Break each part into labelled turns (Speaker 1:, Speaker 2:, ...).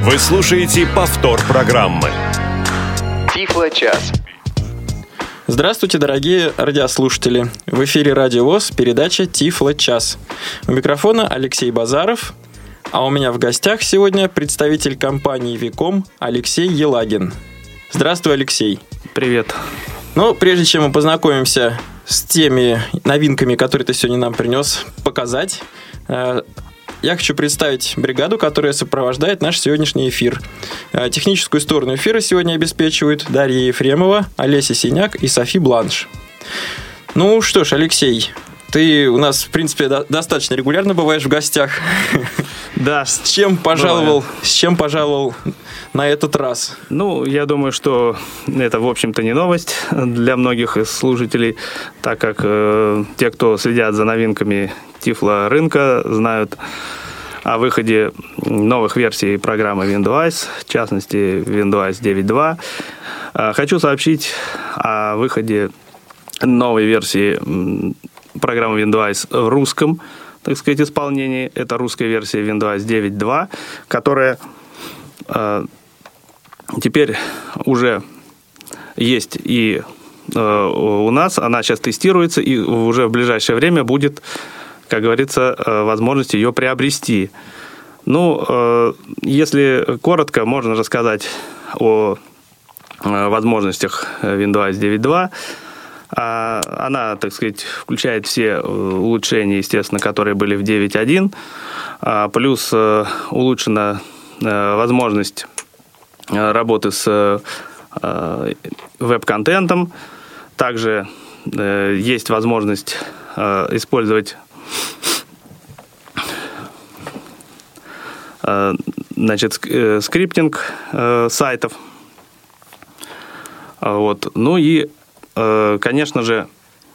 Speaker 1: Вы слушаете повтор программы.
Speaker 2: Тифло-час.
Speaker 3: Здравствуйте, дорогие радиослушатели. В эфире Радио ВОС, передача «Тифло-час». У микрофона Алексей Базаров, а у меня в гостях сегодня представитель компании Виком Алексей Елагин. Здравствуй, Алексей.
Speaker 4: Привет.
Speaker 3: Ну, прежде чем мы познакомимся с теми новинками, которые ты сегодня нам принес показать, я хочу представить бригаду, которая сопровождает наш сегодняшний эфир. Техническую сторону эфира сегодня обеспечивают Дарья Ефремова, Олеся Синяк и Софи Бланш. Ну что ж, Алексей, ты у нас, в принципе, достаточно регулярно бываешь в гостях.
Speaker 4: Да.
Speaker 3: С чем пожаловал на этот раз?
Speaker 4: Ну, я думаю, что это, в общем-то, не новость для многих из слушателей, так как те, кто следят за новинками Тифло-рынка, знают о выходе новых версий программы Windows, в частности, Windows 9.2. Хочу сообщить о выходе новой версии программы Windows в русском, так сказать, исполнении. Это русская версия Windows 9.2, которая теперь уже есть и у нас. Она сейчас тестируется, и уже в ближайшее время будет, как говорится, возможность ее приобрести. Ну, если коротко, можно рассказать о возможностях Windows 9.2. Она, так сказать, включает все улучшения, естественно, которые были в 9.1, плюс улучшена возможность работы с веб-контентом. Также есть возможность использовать скриптинг сайтов. Вот. Ну и, конечно же,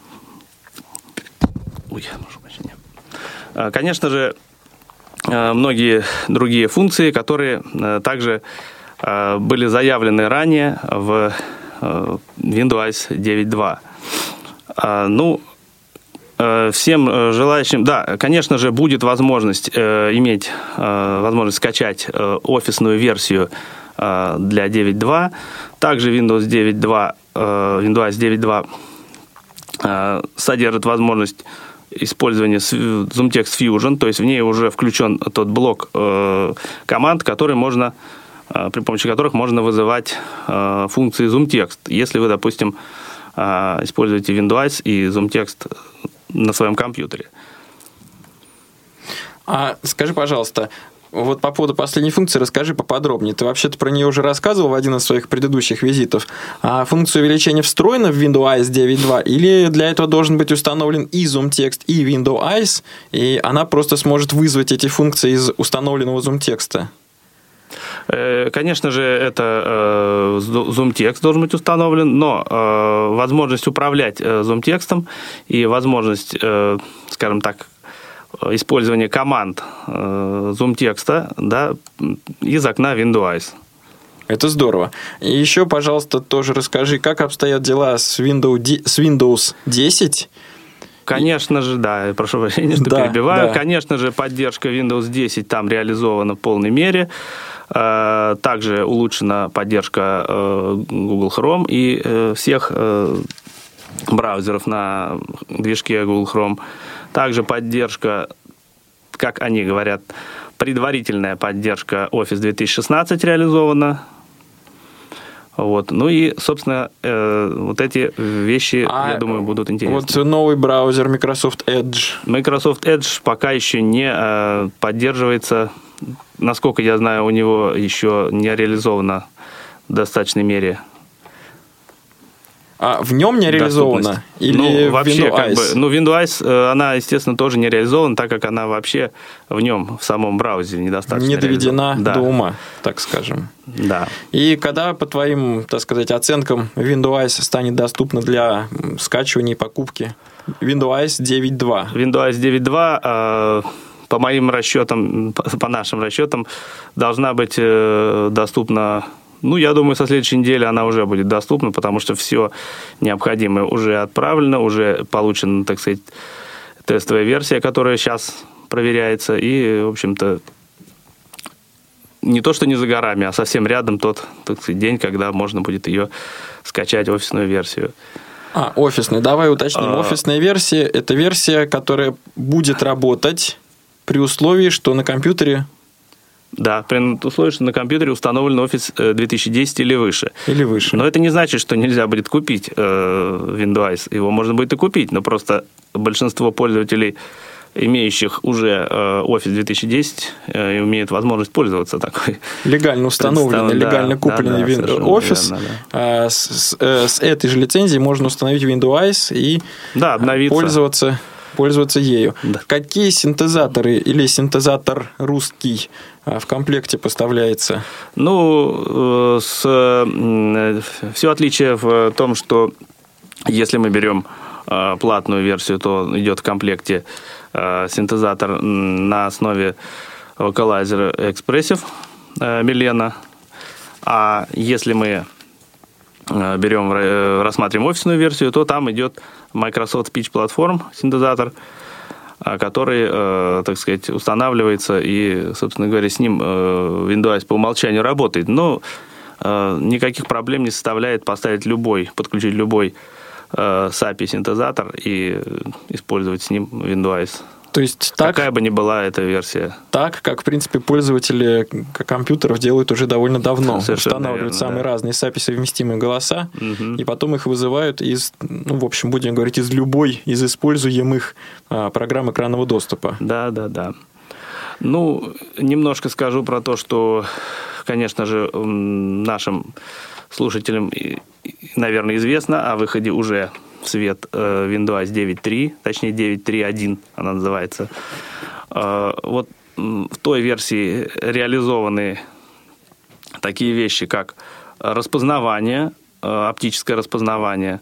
Speaker 4: многие другие функции, которые также были заявлены ранее в Windows 9.2. Ну, всем желающим, да, конечно же, будет возможность иметь возможность скачать офисную версию для 9.2. Также Windows 9.2 содержит возможность использования ZoomText Fusion, то есть в ней уже включен тот блок команд, при помощи которых можно вызывать функции ZoomText. Если вы, допустим, используете Windows и ZoomText на своем компьютере.
Speaker 3: А скажи, пожалуйста, вот по поводу последней функции расскажи поподробнее. Ты вообще-то про нее уже рассказывал в один из своих предыдущих визитов. А функция увеличения встроена в Windows 9.2 или для этого должен быть установлен и ZoomText, и Windows, и она просто сможет вызвать эти функции из установленного ZoomText?
Speaker 4: Конечно же, это ZoomText должен быть установлен, но возможность управлять ZoomText и возможность, скажем так, использования команд ZoomText, да, из окна Windows.
Speaker 3: Это здорово. И еще, пожалуйста, тоже расскажи, как обстоят дела с Windows 10?
Speaker 4: Конечно же, да, прошу прощения, что перебиваю. Да. Конечно же, поддержка Windows 10 там реализована в полной мере. Также улучшена поддержка Google Chrome и всех браузеров на движке Google Chrome. Также поддержка, как они говорят, предварительная поддержка Office 2016 реализована. Вот. Ну и, собственно, вот эти вещи, я думаю, будут интересны.
Speaker 3: Вот новый браузер Microsoft Edge.
Speaker 4: Microsoft Edge пока еще не поддерживается. Насколько я знаю, у него еще не реализовано в достаточной мере.
Speaker 3: А в нем не реализовано? Или
Speaker 4: вообще,
Speaker 3: Windows?
Speaker 4: Windows, она, естественно, тоже не реализована, так как она вообще в нем, в самом браузере, недостаточно
Speaker 3: не доведена до ума, так скажем.
Speaker 4: Да.
Speaker 3: И когда, по твоим, так сказать, оценкам, Windows станет доступна для скачивания и покупки? Windows 9.2.
Speaker 4: Windows 9.2, по моим расчетам, по нашим расчетам, должна быть доступна. Ну, я думаю, со следующей недели она уже будет доступна, потому что все необходимое уже отправлено, уже получена, так сказать, тестовая версия, которая сейчас проверяется. И, в общем-то, не то, что не за горами, а совсем рядом тот, так сказать, день, когда можно будет ее скачать, офисную версию.
Speaker 3: Офисная. Давай уточним. Офисная версия – это версия, которая будет работать при условии, что на компьютере...
Speaker 4: Да, при условии, что на компьютере установлен Office 2010 или выше.
Speaker 3: Или выше.
Speaker 4: Но это не значит, что нельзя будет купить Windows. Его можно будет и купить, но просто большинство пользователей, имеющих уже Office 2010, имеют возможность пользоваться такой.
Speaker 3: Легально установленный, легально купленный Office. Верно, с этой же лицензией можно установить Windows и пользоваться ею. Да. Какие синтезаторы или синтезатор русский в комплекте поставляется?
Speaker 4: Все отличие в том, что если мы берем платную версию, то идет в комплекте синтезатор на основе Vocalizer Expressive Milena. А если мы рассматриваем офисную версию, то там идет Microsoft Speech Platform синтезатор, который, так сказать, устанавливается, и, собственно говоря, с ним Windows по умолчанию работает. Но никаких проблем не составляет подключить любой SAPI-синтезатор и использовать с ним Windows.
Speaker 3: То есть
Speaker 4: какая бы ни была эта версия.
Speaker 3: Так, как, в принципе, пользователи компьютеров делают уже довольно давно.
Speaker 4: Совершенно
Speaker 3: устанавливают
Speaker 4: верно,
Speaker 3: самые разные SAPI-совместимые голоса, и потом их вызывают из, будем говорить, из используемых программ экранного доступа.
Speaker 4: Да. Немножко скажу про то, что, конечно же, нашим слушателям, наверное, известно о выходе уже в свет Windows 9.3, точнее 9.3.1 она называется. Вот в той версии реализованы такие вещи, как распознавание, оптическое распознавание.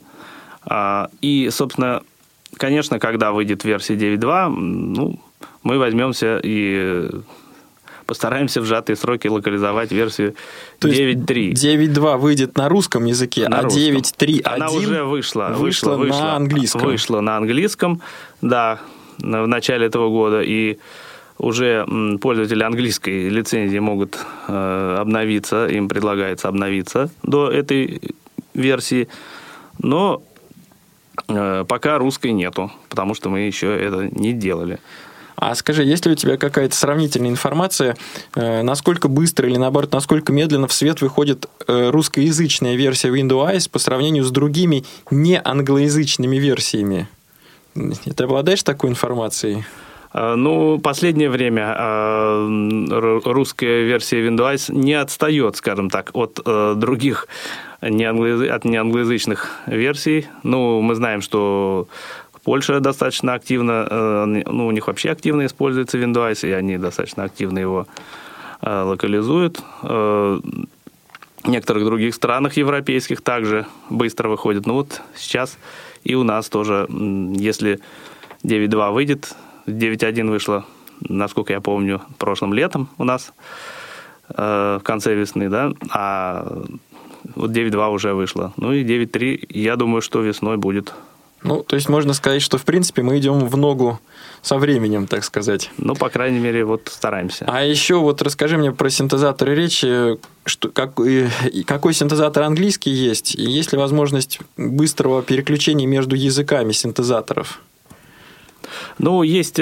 Speaker 4: И, собственно, конечно, когда выйдет версия 9.2, мы возьмемся и постараемся в сжатые сроки локализовать версию 9.3.
Speaker 3: 9.2 выйдет на русском языке, а 9.3.1
Speaker 4: она уже вышла
Speaker 3: на английском.
Speaker 4: Вышла на английском, да, в начале этого года, и уже пользователи английской лицензии могут обновиться, им предлагается обновиться до этой версии, но пока русской нету, потому что мы еще это не делали.
Speaker 3: А скажи, есть ли у тебя какая-то сравнительная информация, насколько быстро или, наоборот, насколько медленно в свет выходит русскоязычная версия Windows по сравнению с другими неанглоязычными версиями? Ты обладаешь такой информацией?
Speaker 4: Последнее время русская версия Windows не отстает, скажем так, от других неанглоязычных версий. Мы знаем, что Польша достаточно активно, у них вообще активно используется Windows, и они достаточно активно его локализуют. В некоторых других странах европейских также быстро выходит. Сейчас и у нас тоже, если 9.2 выйдет, 9.1 вышло, насколько я помню, прошлым летом у нас, в конце весны, да, а вот 9.2 уже вышло. И 9.3, я думаю, что весной будет.
Speaker 3: То есть можно сказать, что в принципе мы идем в ногу со временем, так сказать.
Speaker 4: По крайней мере, стараемся.
Speaker 3: А еще расскажи мне про синтезаторы речи, какой синтезатор английский есть, и есть ли возможность быстрого переключения между языками синтезаторов?
Speaker 4: Есть,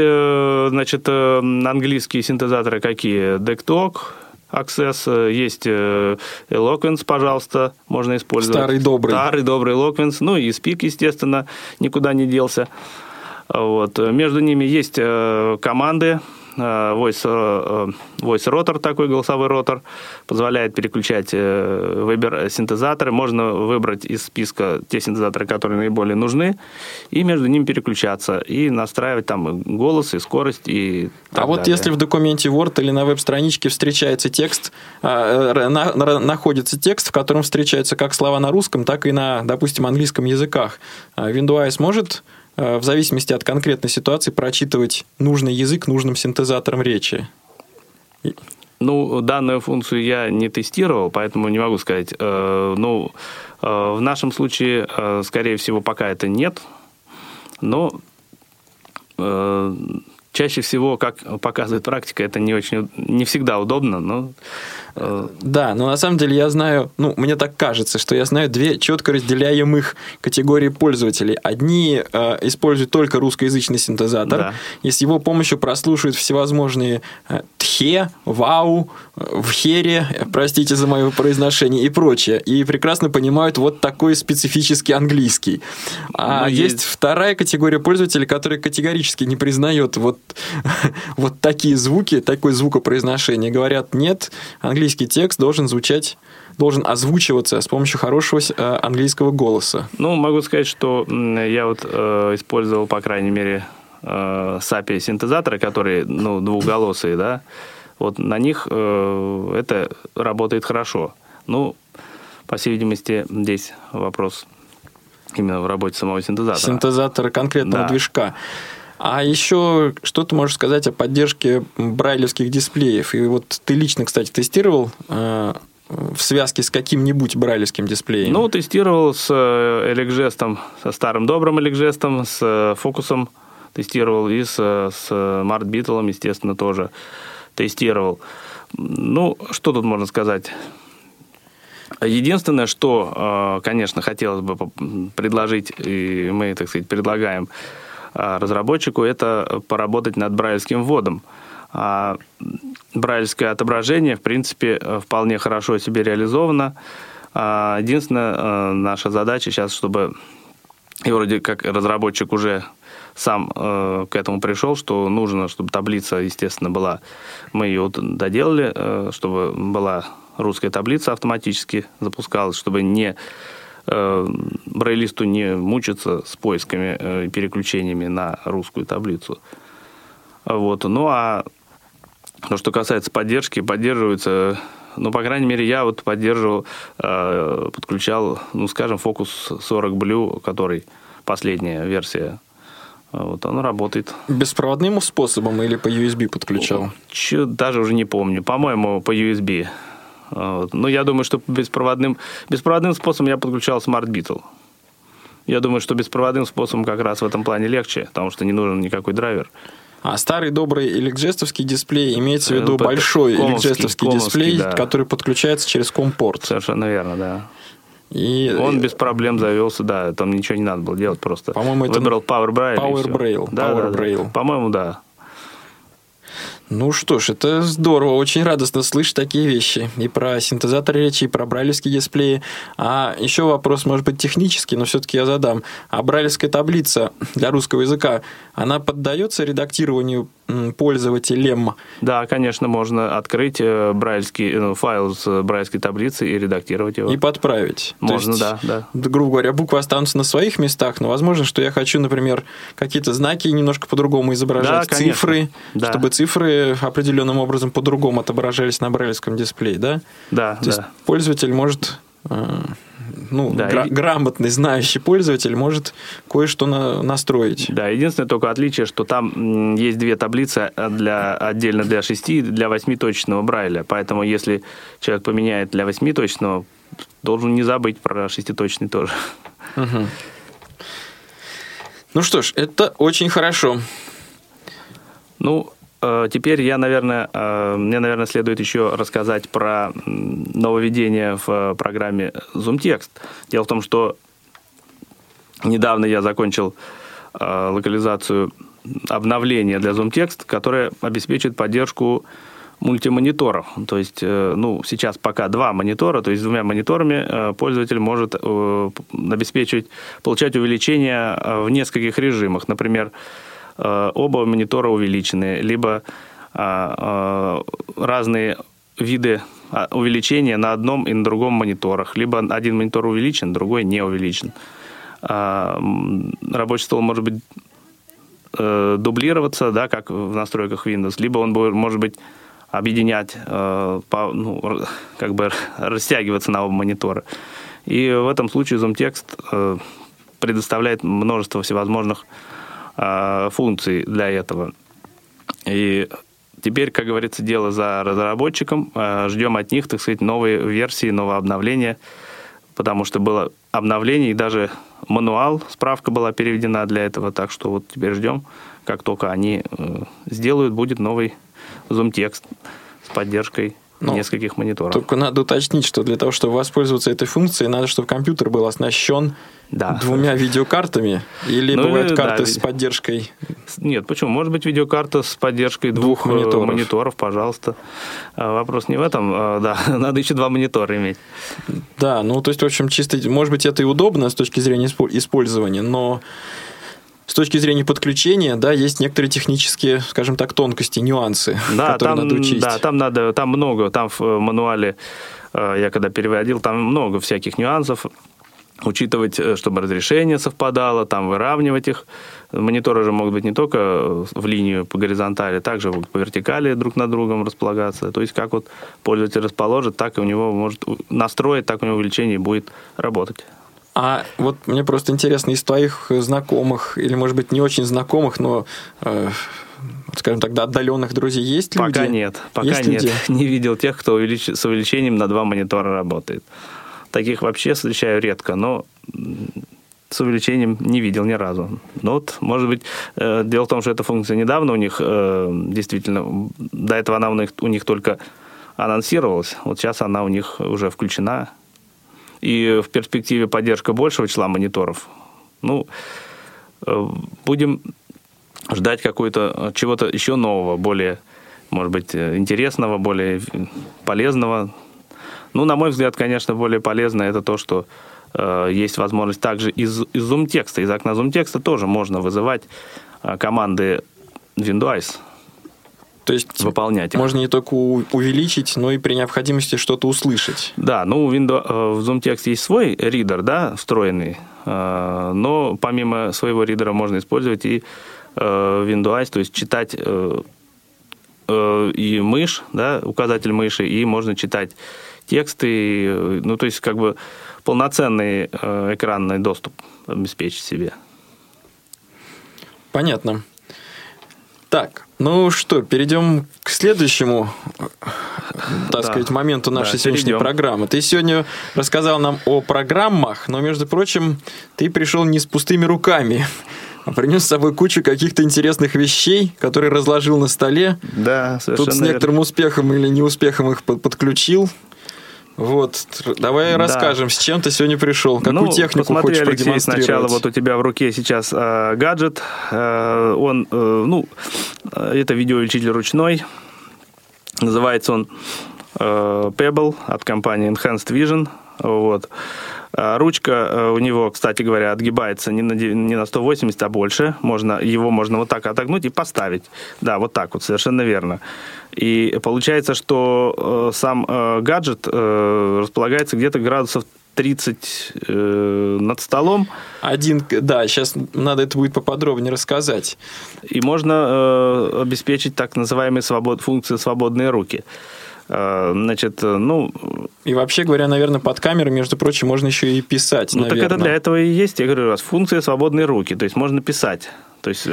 Speaker 4: английские синтезаторы какие? DeckTalk, Access, есть Eloquence, пожалуйста, можно использовать.
Speaker 3: Старый добрый
Speaker 4: Eloquence, и Speak, естественно, никуда не делся. Между ними есть команды. Voice Rotor, такой голосовой ротор, позволяет переключать синтезаторы. Можно выбрать из списка те синтезаторы, которые наиболее нужны, и между ними переключаться, и настраивать там голос, и скорость, и так далее.
Speaker 3: Если в документе Word или на веб-страничке встречается текст, находится текст, в котором встречаются как слова на русском, так и на, допустим, английском языках, Windows может в зависимости от конкретной ситуации прочитывать нужный язык нужным синтезатором речи?
Speaker 4: Данную функцию я не тестировал, поэтому не могу сказать. В нашем случае, скорее всего, пока это нет. Но чаще всего, как показывает практика, это не всегда удобно, но...
Speaker 3: Да, но на самом деле я знаю, мне так кажется, что я знаю две четко разделяемых категории пользователей. Одни используют только русскоязычный синтезатор, да, и с его помощью прослушивают всевозможные тхе, вау, вхере, простите за мое произношение, и прочее, и прекрасно понимают вот такой специфический английский. А есть вторая категория пользователей, которая категорически не признает вот такие звуки, такое звукопроизношение. Говорят, нет, английский текст должен озвучиваться с помощью хорошего английского голоса.
Speaker 4: Могу сказать, что я использовал, по крайней мере, SAPI синтезаторы, которые двухголосые, да, вот на них это работает хорошо. По всей видимости, здесь вопрос именно в работе самого синтезатора.
Speaker 3: Синтезатора конкретного движка. А еще что ты можешь сказать о поддержке брайлевских дисплеев? И вот ты лично, кстати, тестировал в связке с каким-нибудь брайлевским дисплеем?
Speaker 4: Тестировал с эликжестом, со старым добрым эликжестом, с фокусом тестировал и с Smart Beetle, естественно, тоже тестировал. Что тут можно сказать? Единственное, что, конечно, хотелось бы предложить, и мы, так сказать, предлагаем разработчику, это поработать над брайлевским вводом. Брайлевское отображение, в принципе, вполне хорошо себе реализовано. Единственное, наша задача сейчас, чтобы, и вроде как разработчик уже сам к этому пришел, что нужно, чтобы таблица, естественно, была. Мы ее доделали, чтобы была русская таблица автоматически запускалась, чтобы брайлисту не мучиться с поисками и переключениями на русскую таблицу. Вот. А что касается поддержки, поддерживается, по крайней мере, я поддерживал, подключал, скажем, Focus 40 Blue, который последняя версия. Он работает.
Speaker 3: Беспроводным способом или по USB подключал?
Speaker 4: Даже уже не помню. По-моему, по USB. Я думаю, что беспроводным способом я подключал Smart Beetle. Я думаю, что беспроводным способом как раз в этом плане легче, потому что не нужен никакой драйвер.
Speaker 3: А старый добрый эликжестовский дисплей, имеется в виду большой эликжестовский дисплей, да, который подключается через COM-порт.
Speaker 4: Совершенно верно, да. И он без проблем завелся, да, там ничего не надо было делать, просто
Speaker 3: по-моему,
Speaker 4: выбрал Power Braille.
Speaker 3: Power Braille.
Speaker 4: Да, Power Braille. Да. По-моему, да.
Speaker 3: Что ж, это здорово, очень радостно слышать такие вещи. И про синтезатор речи, и про брайлевские дисплеи. А еще вопрос, может быть, технический, но все-таки я задам. А брайлевская таблица для русского языка, она поддается редактированию пользователем?
Speaker 4: Да, конечно, можно открыть брайлевский файл с брайлевской таблицей и редактировать его.
Speaker 3: И подправить.
Speaker 4: Можно, да.
Speaker 3: Грубо говоря, буквы останутся на своих местах, но возможно, что я хочу, например, какие-то знаки немножко по-другому изображать, да, цифры, да, чтобы цифры определенным образом по-другому отображались на брайлевском дисплее, да?
Speaker 4: Да,
Speaker 3: То есть пользователь может... грамотный, знающий пользователь может кое-что настроить.
Speaker 4: Да, единственное только отличие, что там есть две таблицы отдельно для 6 и для 8-точечного Брайля. Поэтому если человек поменяет для 8-точечного, должен не забыть про 6-точный тоже.
Speaker 3: Угу. Что ж, это очень хорошо.
Speaker 4: Теперь мне, наверное, следует еще рассказать про нововведение в программе ZoomText. Дело в том, что недавно я закончил локализацию обновления для ZoomText, которое обеспечивает поддержку мультимониторов. То есть, сейчас пока 2 монитора, то есть с 2 мониторами пользователь может получать увеличение в нескольких режимах. Например, оба монитора увеличены, либо разные виды увеличения на одном и на другом мониторах, либо один монитор увеличен, другой не увеличен. Рабочий стол может быть дублироваться, да, как в настройках Windows, либо он может быть объединять, растягиваться на оба монитора. И в этом случае ZoomText предоставляет множество всевозможных функций для этого. И теперь, как говорится, дело за разработчиком. Ждем от них, так сказать, новые версии, новое обновление, потому что было обновление, и даже мануал, справка была переведена для этого, так что теперь ждем, как только они сделают, будет новый ZoomText с поддержкой нескольких мониторов.
Speaker 3: Только надо уточнить, что для того, чтобы воспользоваться этой функцией, надо, чтобы компьютер был оснащен двумя видеокартами, или бывают карты с поддержкой?
Speaker 4: Нет, почему? Может быть, видеокарта с поддержкой двух мониторов, пожалуйста. Вопрос не в этом. Да, надо еще 2 монитора иметь. Да,
Speaker 3: то есть, в общем, чисто, может быть, это и удобно с точки зрения использования, но с точки зрения подключения, есть некоторые технические, скажем так, тонкости, нюансы, которые надо учесть. Да,
Speaker 4: там много, там в мануале, я когда переводил, там много всяких нюансов. Учитывать, чтобы разрешение совпадало, там выравнивать их. Мониторы же могут быть не только в линию по горизонтали, также по вертикали друг над другом располагаться. То есть, как вот пользователь расположит, так и у него может настроить, так у него увеличение будет работать.
Speaker 3: А вот мне просто интересно, из твоих знакомых, или, может быть, не очень знакомых, но, скажем так, отдаленных друзей есть люди?
Speaker 4: Пока нет. Не видел тех, кто с увеличением на 2 монитора работает. Таких вообще встречаю редко, но с увеличением не видел ни разу. Но вот, может быть, дело в том, что эта функция недавно у них, действительно, до этого она у них только анонсировалась, вот сейчас она у них уже включена. И в перспективе поддержка большего числа мониторов. Будем ждать чего-то еще нового, более, может быть, интересного, более полезного. На мой взгляд, конечно, более полезно это то, что есть возможность также из ZoomText, из окна ZoomText тоже можно вызывать команды Windows.
Speaker 3: То есть выполнять их. Можно не только увеличить, но и при необходимости что-то услышать.
Speaker 4: Да, в ZoomText есть свой ридер, встроенный, но помимо своего ридера можно использовать и Windows, то есть читать и мышь, указатель мыши, и можно читать тексты, то есть как бы полноценный экранный доступ обеспечить себе.
Speaker 3: Понятно. Так, перейдем к следующему, сказать, моменту нашей сегодняшней программы. Ты сегодня рассказал нам о программах, но, между прочим, ты пришел не с пустыми руками, а принес с собой кучу каких-то интересных вещей, которые разложил на столе.
Speaker 4: Да, совершенно
Speaker 3: Тут с некоторым успехом или неуспехом их подключил. Давай расскажем, с чем ты сегодня пришел, какую технику хочешь продемонстрировать.
Speaker 4: Алексей, сначала вот у тебя в руке сейчас гаджет, он, это видеоувеличитель ручной, называется он Pebble от компании Enhanced Vision, Ручка у него, кстати говоря, отгибается не на 180, а больше. Его можно вот так отогнуть и поставить. Да, вот так вот, совершенно верно. И получается, что сам гаджет располагается где-то градусов 30 над столом.
Speaker 3: Сейчас надо это будет поподробнее рассказать.
Speaker 4: И можно обеспечить так называемые функции «свободные руки».
Speaker 3: И вообще говоря, наверное, под камерой, между прочим, можно еще и писать,
Speaker 4: так это для этого и есть, я говорю, функция «свободные руки», то есть можно писать. То есть...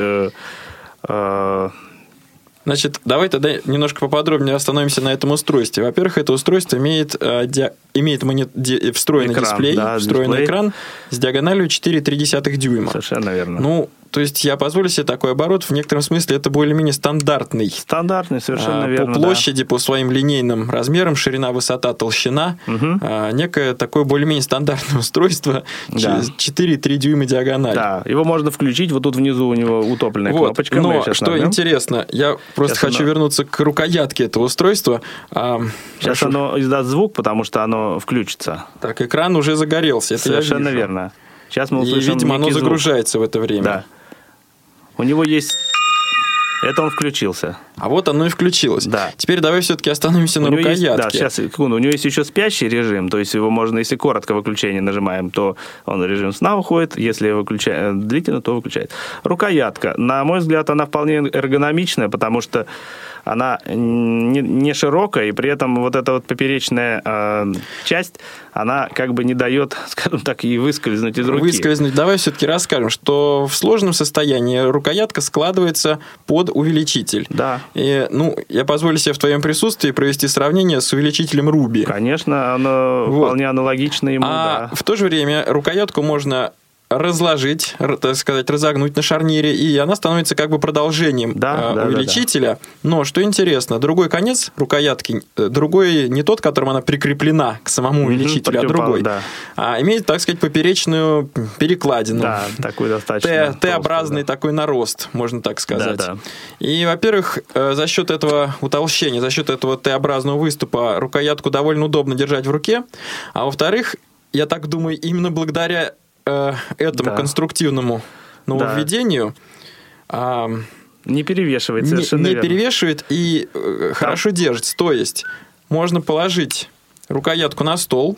Speaker 3: Значит, давай тогда немножко поподробнее остановимся на этом устройстве. Во-первых, это устройство имеет встроенный дисплей, встроенный экран с диагональю 4,3 дюйма.
Speaker 4: Совершенно верно.
Speaker 3: То есть я позволю себе такой оборот, в некотором смысле это более-менее стандартный.
Speaker 4: Стандартный, совершенно верно.
Speaker 3: По площади, по своим линейным размерам, ширина, высота, толщина. Некое такое более-менее стандартное устройство, 4,3 дюйма диагональ.
Speaker 4: Да, его можно включить, вот тут внизу у него утопленная кнопочка.
Speaker 3: Но что интересно, я просто хочу вернуться к рукоятке этого устройства.
Speaker 4: Сейчас оно издаст звук, потому что оно включится.
Speaker 3: Так, экран уже загорелся, это
Speaker 4: совершенно верно. Сейчас мы услышим.
Speaker 3: И, видимо, оно загружается в это время.
Speaker 4: Да. У него есть... Это он включился.
Speaker 3: А вот оно и включилось.
Speaker 4: Да.
Speaker 3: Теперь давай все-таки остановимся на рукоятке.
Speaker 4: Сейчас, секунду. У него есть еще спящий режим, то есть его можно, если коротко выключение нажимаем, то он режим сна уходит, если выключаем длительно, то выключает. Рукоятка. На мой взгляд, она вполне эргономичная, потому что она не широкая, и при этом вот эта вот поперечная часть, она как бы не дает, скажем так, ей выскользнуть из руки.
Speaker 3: Давай все-таки расскажем, что в сложном состоянии рукоятка складывается под увеличитель.
Speaker 4: Да.
Speaker 3: И, я позволю себе в твоем присутствии провести сравнение с увеличителем Ruby.
Speaker 4: Конечно, оно вполне аналогично ему,
Speaker 3: в то же время рукоятку можно разложить, так сказать, разогнуть на шарнире, и она становится как бы продолжением увеличителя. Да. Но, что интересно, другой конец рукоятки, другой не тот, которым она прикреплена к самому увеличителю, а другой, имеет, так сказать, поперечную перекладину.
Speaker 4: Да, такой достаточно
Speaker 3: Т-образный такой нарост, можно так сказать.
Speaker 4: Да.
Speaker 3: И, во-первых, за счет этого утолщения, за счет этого Т-образного выступа рукоятку довольно удобно держать в руке, а во-вторых, я так думаю, именно благодаря этому конструктивному нововведению
Speaker 4: не перевешивает совершенно
Speaker 3: не перевешивает и хорошо держится. То есть можно положить рукоятку на стол,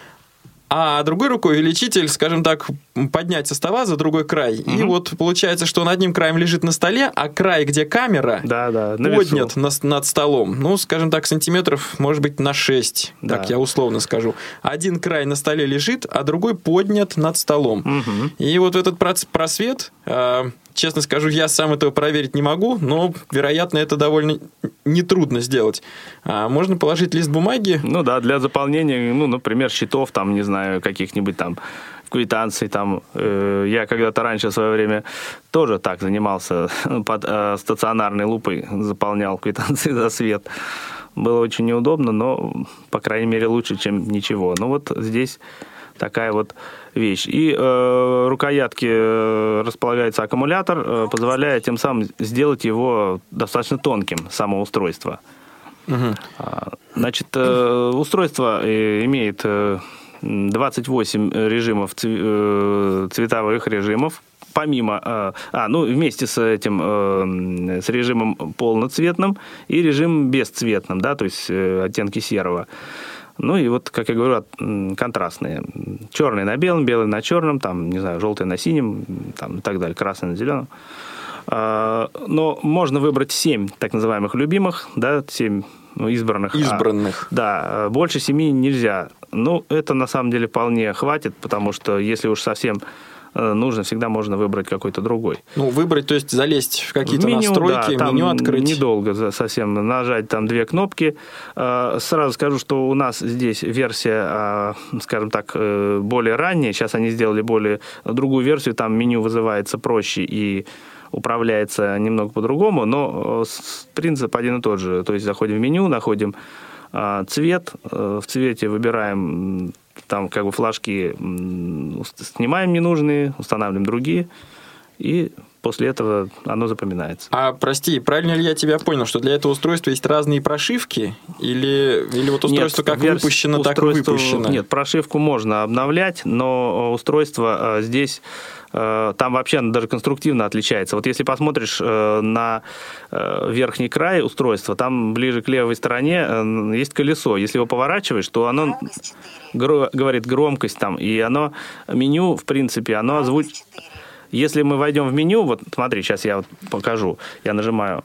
Speaker 3: а другой рукой увеличитель, скажем так, поднять со стола за другой край. И вот получается, что он одним краем лежит на столе, а край, где камера, поднят над столом. Ну, скажем так, сантиметров, может быть, на 6. Так я условно скажу. Один край на столе лежит, а другой поднят над столом. И вот этот просвет... Честно скажу, я сам этого проверить не могу, но, вероятно, это довольно нетрудно сделать. Можно положить лист бумаги.
Speaker 4: Ну да, для заполнения, например, счетов, там, не знаю, каких-нибудь там квитанций. Там. Я когда-то раньше в свое время тоже так занимался, под стационарной лупой заполнял квитанции за свет. Было очень неудобно, но, по крайней мере, лучше, чем ничего. Ну вот здесь... такая вот вещь. И рукоятки располагается аккумулятор, позволяя тем самым сделать его достаточно тонким, само устройство. Значит, устройство имеет 28 режимов, цветовых режимов, помимо, вместе с этим, с режимом полноцветным и режимом бесцветным, да, то есть оттенки серого. Ну и вот, как я говорю, контрастные. Черный на белом, белый на черном, там, не знаю, желтый на синем, там, и так далее, красный на зеленом. Но можно выбрать 7 так называемых любимых, да, 7 избранных. Да, больше 7 нельзя. Ну, это на самом деле вполне хватит, потому что если уж совсем нужно, всегда можно выбрать какой-то другой.
Speaker 3: Ну, выбрать, то есть залезть в какие-то настройки, меню открыть.
Speaker 4: Недолго совсем нажать там 2 кнопки. Сразу скажу, что у нас здесь версия, скажем так, более ранняя. Сейчас они сделали другую версию, там меню вызывается проще и управляется немного по-другому, но принцип один и тот же. То есть заходим в меню, находим цвет, в цвете выбираем там как бы флажки, снимаем ненужные, устанавливаем другие, и после этого оно запоминается.
Speaker 3: Прости, правильно ли я тебя понял, что для этого устройства есть разные прошивки? Или вот устройство как выпущено, так и выпущено?
Speaker 4: Нет, прошивку можно обновлять, но устройство здесь... Там вообще оно даже конструктивно отличается. Вот если посмотришь на верхний край устройства, там ближе к левой стороне есть колесо. Если его поворачиваешь, то оно говорит громкость там, и оно меню, в принципе, оно озвучит. Если мы войдем в меню, вот смотри, сейчас я вот покажу. Я нажимаю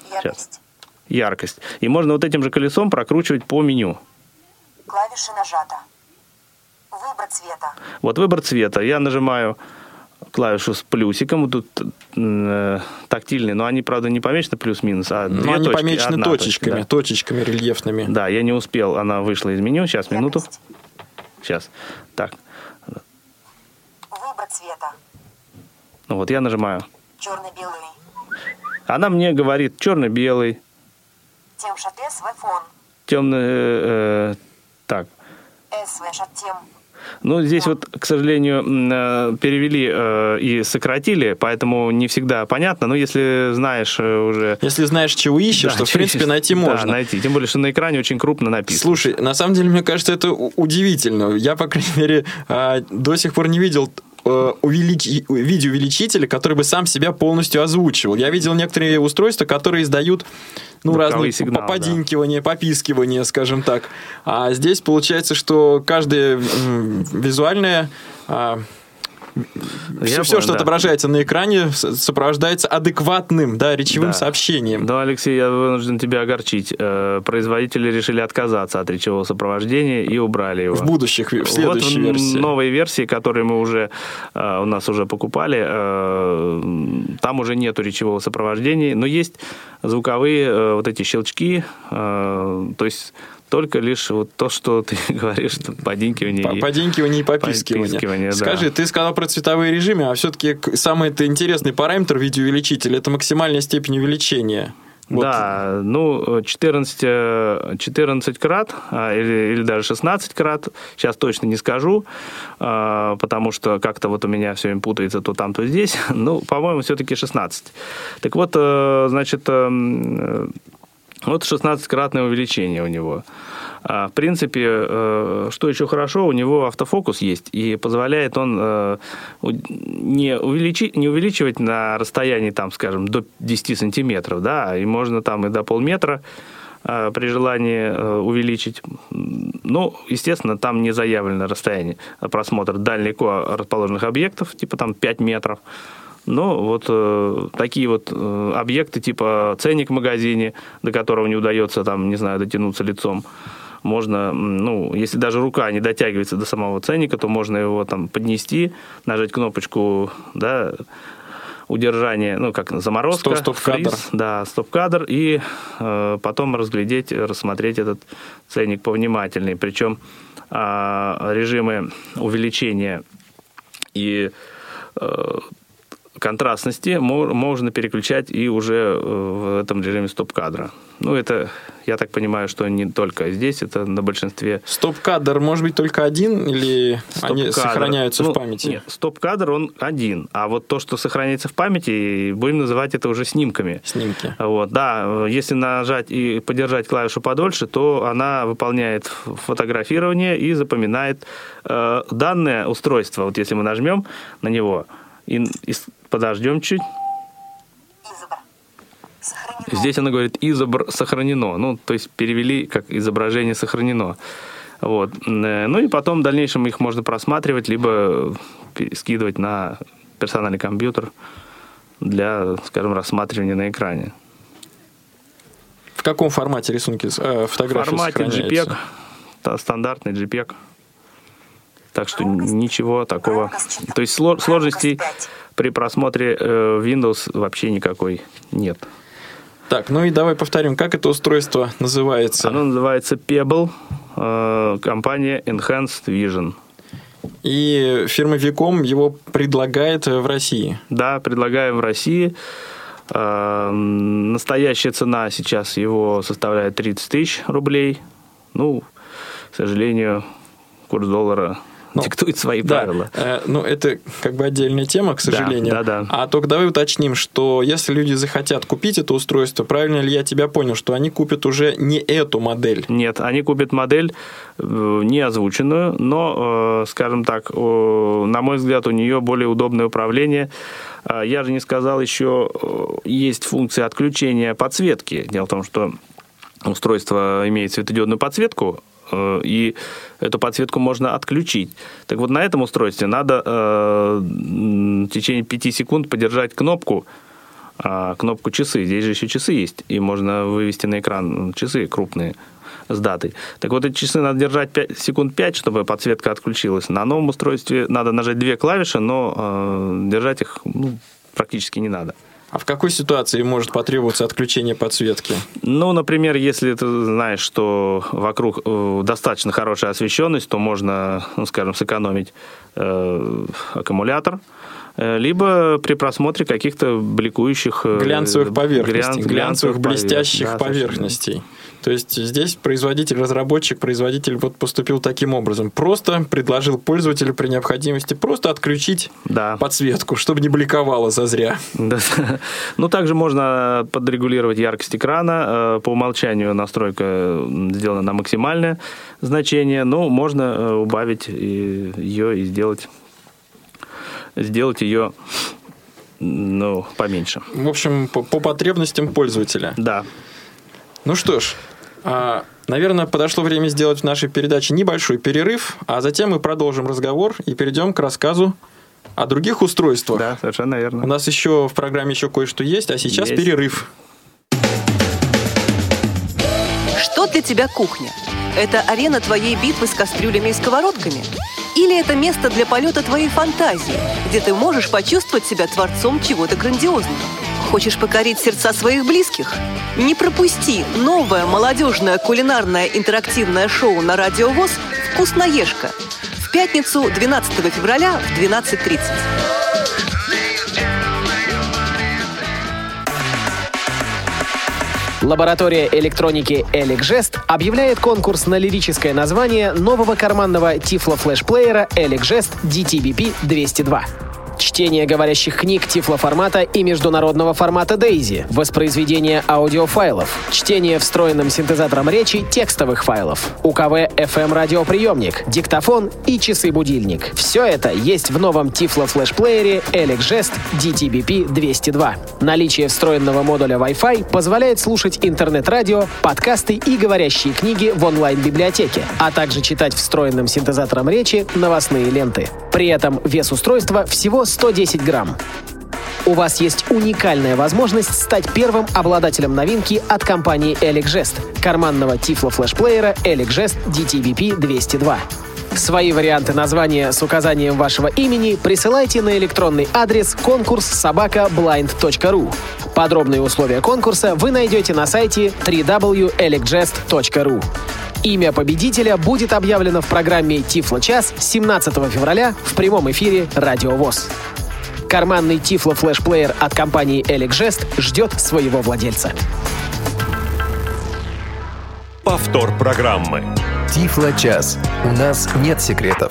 Speaker 4: яркость. И можно вот этим же колесом прокручивать по меню.
Speaker 5: Клавиша нажата. Выбор цвета.
Speaker 4: Вот выбор цвета. Я нажимаю клавишу с плюсиком, тут тактильные, но они, правда, не помечены плюс-минус, а 2 точки.
Speaker 3: Они помечены
Speaker 4: точками,
Speaker 3: да. Точечками рельефными.
Speaker 4: Да, я не успел, она вышла из меню, сейчас, минуту. Сейчас, так.
Speaker 5: Выбор цвета.
Speaker 4: Ну вот, я нажимаю.
Speaker 5: Черно-белый.
Speaker 4: Она мне говорит черно-белый.
Speaker 5: Тем шат СВ фон.
Speaker 4: Темный, так.
Speaker 5: СВ шат тем.
Speaker 4: Ну, здесь вот, к сожалению, перевели и сократили, поэтому не всегда понятно, но если знаешь уже...
Speaker 3: Если знаешь, чего ищешь, то, в принципе, найти можно.
Speaker 4: Да, найти, тем более, что на экране очень крупно написано.
Speaker 3: Слушай, на самом деле, мне кажется, это удивительно. Я, по крайней мере, до сих пор не видел видеоувеличителя, который бы сам себя полностью озвучивал. Я видел некоторые устройства, которые издают разные сигналы, подинкивания, попискивания, скажем так. А здесь получается, что каждое визуальное... Все, что отображается на экране, сопровождается адекватным речевым сообщением.
Speaker 4: Да, Алексей, я вынужден тебя огорчить. Производители решили отказаться от речевого сопровождения и убрали его.
Speaker 3: В следующей версии.
Speaker 4: В новой версии, которую мы уже у нас уже покупали, там уже нету речевого сопровождения, но есть звуковые вот эти щелчки, то есть только лишь вот то, что ты говоришь, подинкивание.
Speaker 3: Подинкивание и попискивание. Скажи, ты сказал про цветовые режимы, а все-таки самый-то интересный параметр видеоувеличителя – это максимальная степень увеличения. Вот.
Speaker 4: Да, 14 крат или даже 16 крат, сейчас точно не скажу, потому что как-то вот у меня все время путается то там, то здесь. По-моему, все-таки 16. Так вот, значит, вот 16-кратное увеличение у него. В принципе, что еще хорошо, у него автофокус есть, и позволяет он не увеличивать на расстоянии, там, скажем, до 10 сантиметров, да, и можно там и до полметра при желании увеличить. Естественно, там не заявлено расстояние просмотра далеко расположенных объектов, типа там 5 метров. Вот такие вот объекты, типа ценник в магазине, до которого не удается, там, не знаю, дотянуться лицом, можно, если даже рука не дотягивается до самого ценника, то можно его там поднести, нажать кнопочку, да, удержания, как заморозка, фриз, да, стоп-кадр, и потом рассмотреть этот ценник повнимательнее. Причем режимы увеличения и контрастности можно переключать и уже в этом режиме стоп-кадра. Это, я так понимаю, что не только здесь, это на большинстве.
Speaker 3: Стоп-кадр может быть только один или они сохраняются в памяти?
Speaker 4: Нет, стоп-кадр он один, а вот то, что сохраняется в памяти, будем называть это уже снимками.
Speaker 3: Снимки.
Speaker 4: Вот, да, если нажать и подержать клавишу подольше, то она выполняет фотографирование и запоминает данное устройство. Вот если мы нажмем на него и подождем чуть. Здесь она говорит сохранено. То есть перевели как изображение сохранено. Вот. И потом в дальнейшем их можно просматривать, либо скидывать на персональный компьютер для, скажем, рассматривания на экране.
Speaker 3: В каком формате рисунки, фотографии
Speaker 4: в формате
Speaker 3: сохраняются?
Speaker 4: JPEG, стандартный JPEG. Так что ничего такого. То есть сложностей при просмотре Windows вообще никакой нет.
Speaker 3: Так, и давай повторим, как это устройство называется?
Speaker 4: Оно называется Pebble, компания Enhanced Vision.
Speaker 3: И фирма Vcom его предлагает в России?
Speaker 4: Да, предлагаем в России. Настоящая цена сейчас его составляет 30 тысяч рублей. К сожалению, курс доллара диктует свои правила.
Speaker 3: Это как бы отдельная тема, к сожалению.
Speaker 4: Да.
Speaker 3: А только давай уточним, что если люди захотят купить это устройство, правильно ли я тебя понял, что они купят уже не эту модель?
Speaker 4: Нет, они купят модель не озвученную, но, скажем так, на мой взгляд, у нее более удобное управление. Я же не сказал, еще есть функция отключения подсветки. Дело в том, что устройство имеет светодиодную подсветку, и эту подсветку можно отключить. Так вот, на этом устройстве надо в течение 5 секунд подержать кнопку часы. Здесь же еще часы есть, и можно вывести на экран часы крупные с датой. Так вот, эти часы надо держать секунд 5, чтобы подсветка отключилась. На новом устройстве надо нажать 2 клавиши, но держать их практически не надо.
Speaker 3: А в какой ситуации может потребоваться отключение подсветки?
Speaker 4: Например, если ты знаешь, что вокруг достаточно хорошая освещенность, то можно, скажем, сэкономить аккумулятор, либо при просмотре каких-то бликующих...
Speaker 3: глянцевых поверхностей, глянцевых блестящих поверхностей. То есть здесь производитель вот поступил таким образом. Просто предложил пользователю при необходимости просто отключить подсветку, чтобы не бликовало зазря.
Speaker 4: Да. Также можно подрегулировать яркость экрана. По умолчанию настройка сделана на максимальное значение, но можно убавить ее и сделать ее поменьше.
Speaker 3: В общем, по потребностям пользователя.
Speaker 4: Да.
Speaker 3: Что ж, наверное, подошло время сделать в нашей передаче небольшой перерыв, а затем мы продолжим разговор и перейдем к рассказу о других устройствах.
Speaker 4: Да, совершенно верно.
Speaker 3: У нас еще в программе кое-что есть, а сейчас перерыв.
Speaker 6: Что для тебя кухня? Это арена твоей битвы с кастрюлями и сковородками? Или это место для полета твоей фантазии, где ты можешь почувствовать себя творцом чего-то грандиозного? хочешь покорить сердца своих близких? Не пропусти новое молодежное кулинарное интерактивное шоу на Радио ВОС «Вкусноежка» в пятницу 12 февраля в 12:30.
Speaker 7: Лаборатория электроники Elecgest объявляет конкурс на лирическое название нового карманного тифло-флешплеера Elecgest DTBP-202. Чтение говорящих книг тифлоформата и международного формата DAISY, воспроизведение аудиофайлов, чтение встроенным синтезатором речи текстовых файлов, УКВ-FM радиоприемник, диктофон и часы-будильник. Все это есть в новом тифло-флешплеере Elecgest DTBP-202. Наличие встроенного модуля Wi-Fi позволяет слушать интернет-радио, подкасты и говорящие книги в онлайн-библиотеке, а также читать встроенным синтезатором речи новостные ленты. При этом вес устройства всего 110 грамм. У вас есть уникальная возможность стать первым обладателем новинки от компании Elecgest – карманного тифло-флешплеера Elecgest DTBP-202. Свои варианты названия с указанием вашего имени присылайте на электронный адрес конкурс@blind.ru. Подробные условия конкурса вы найдете на сайте www.elecgest.ru. Имя победителя будет объявлено в программе «Тифло-час» 17 февраля в прямом эфире «Радио ВОС». Карманный тифло-флешплеер от компании Elecgest ждет своего владельца.
Speaker 1: Повтор программы.
Speaker 2: Тифло-час. У нас нет секретов.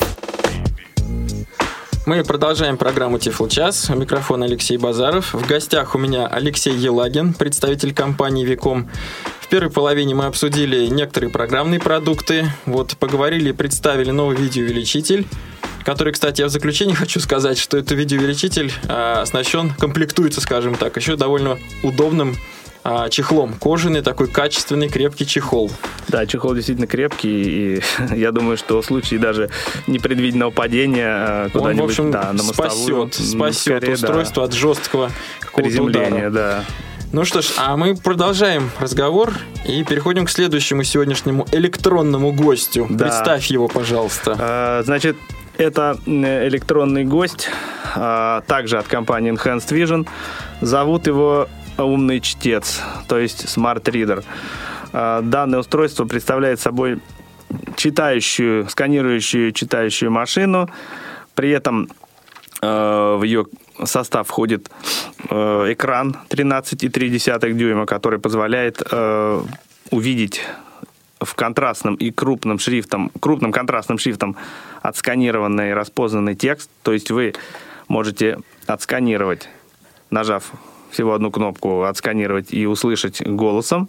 Speaker 3: Мы продолжаем программу «Тифло-час». У микрофона Алексей Базаров. В гостях у меня Алексей Елагин, представитель компании «Виком». В первой половине мы обсудили некоторые программные продукты. Поговорили и представили новый видеоувеличитель, который, кстати, я в заключении хочу сказать, что этот видеоувеличитель комплектуется, скажем так, еще довольно удобным чехлом. Кожаный, такой качественный, крепкий чехол.
Speaker 4: Да, чехол действительно крепкий, и я думаю, что в случае даже непредвиденного падения куда-нибудь на мостовую,
Speaker 3: спасет устройство от жесткого
Speaker 4: приземления,
Speaker 3: удара. Ну что ж, а мы продолжаем разговор и переходим к следующему сегодняшнему электронному гостю. Да. Представь его, пожалуйста.
Speaker 4: Значит, это электронный гость, также от компании Enhanced Vision. Зовут его умный чтец, то есть Smart Reader. Данное устройство представляет собой сканирующую, читающую машину. При этом в ее состав входит экран 13,3 дюйма, который позволяет увидеть в контрастном и крупным контрастным шрифтом отсканированный и распознанный текст. То есть вы можете отсканировать, нажав всего одну кнопку, отсканировать и услышать голосом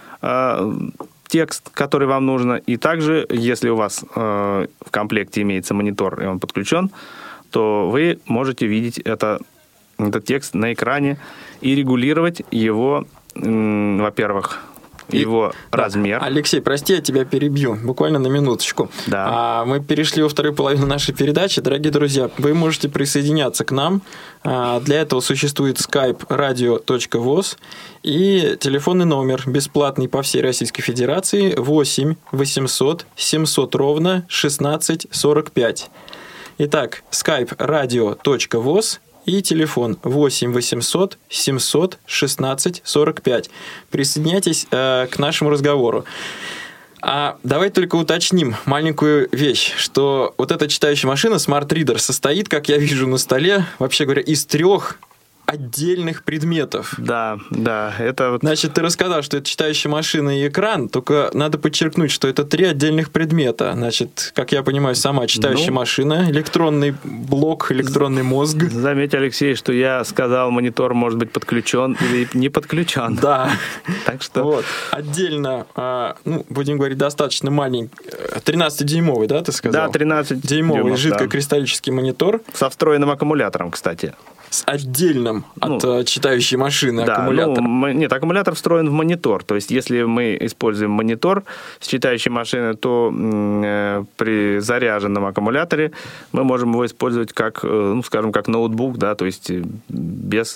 Speaker 4: текст, который вам нужно. И также, если у вас в комплекте имеется монитор и он подключен, то вы можете видеть этот текст на экране и регулировать его, во-первых, его размер.
Speaker 3: Алексей, прости, я тебя перебью. Буквально на минуточку.
Speaker 4: Да.
Speaker 3: Мы перешли во вторую половину нашей передачи. Дорогие друзья, вы можете присоединяться к нам. Для этого существует skype radio.voz и телефонный номер бесплатный по всей Российской Федерации 8 800 700 ровно 16 45. Итак, skype radio.voz и телефон 8 800 700 16 45. Присоединяйтесь к нашему разговору. Давай только уточним маленькую вещь, что эта читающая машина Smart Reader состоит, как я вижу на столе, вообще говоря, из 3 отдельных предметов.
Speaker 4: Да, это...
Speaker 3: Значит, ты рассказал, что это читающая машина и экран, только надо подчеркнуть, что это 3 отдельных предмета. Значит, как я понимаю, сама читающая машина, электронный блок, электронный мозг.
Speaker 4: Заметь, Алексей, что я сказал, монитор может быть подключен или не подключен.
Speaker 3: Да.
Speaker 4: Так что...
Speaker 3: Отдельно, будем говорить, достаточно маленький, 13-дюймовый, да, ты сказал? Да, 13-дюймовый жидкокристаллический монитор.
Speaker 4: Со встроенным аккумулятором, кстати.
Speaker 3: С отдельным от читающей машины аккумулятором.
Speaker 4: Нет, аккумулятор встроен в монитор. То есть, если мы используем монитор с читающей машины, то при заряженном аккумуляторе мы можем его использовать как, скажем, как ноутбук, да, то есть без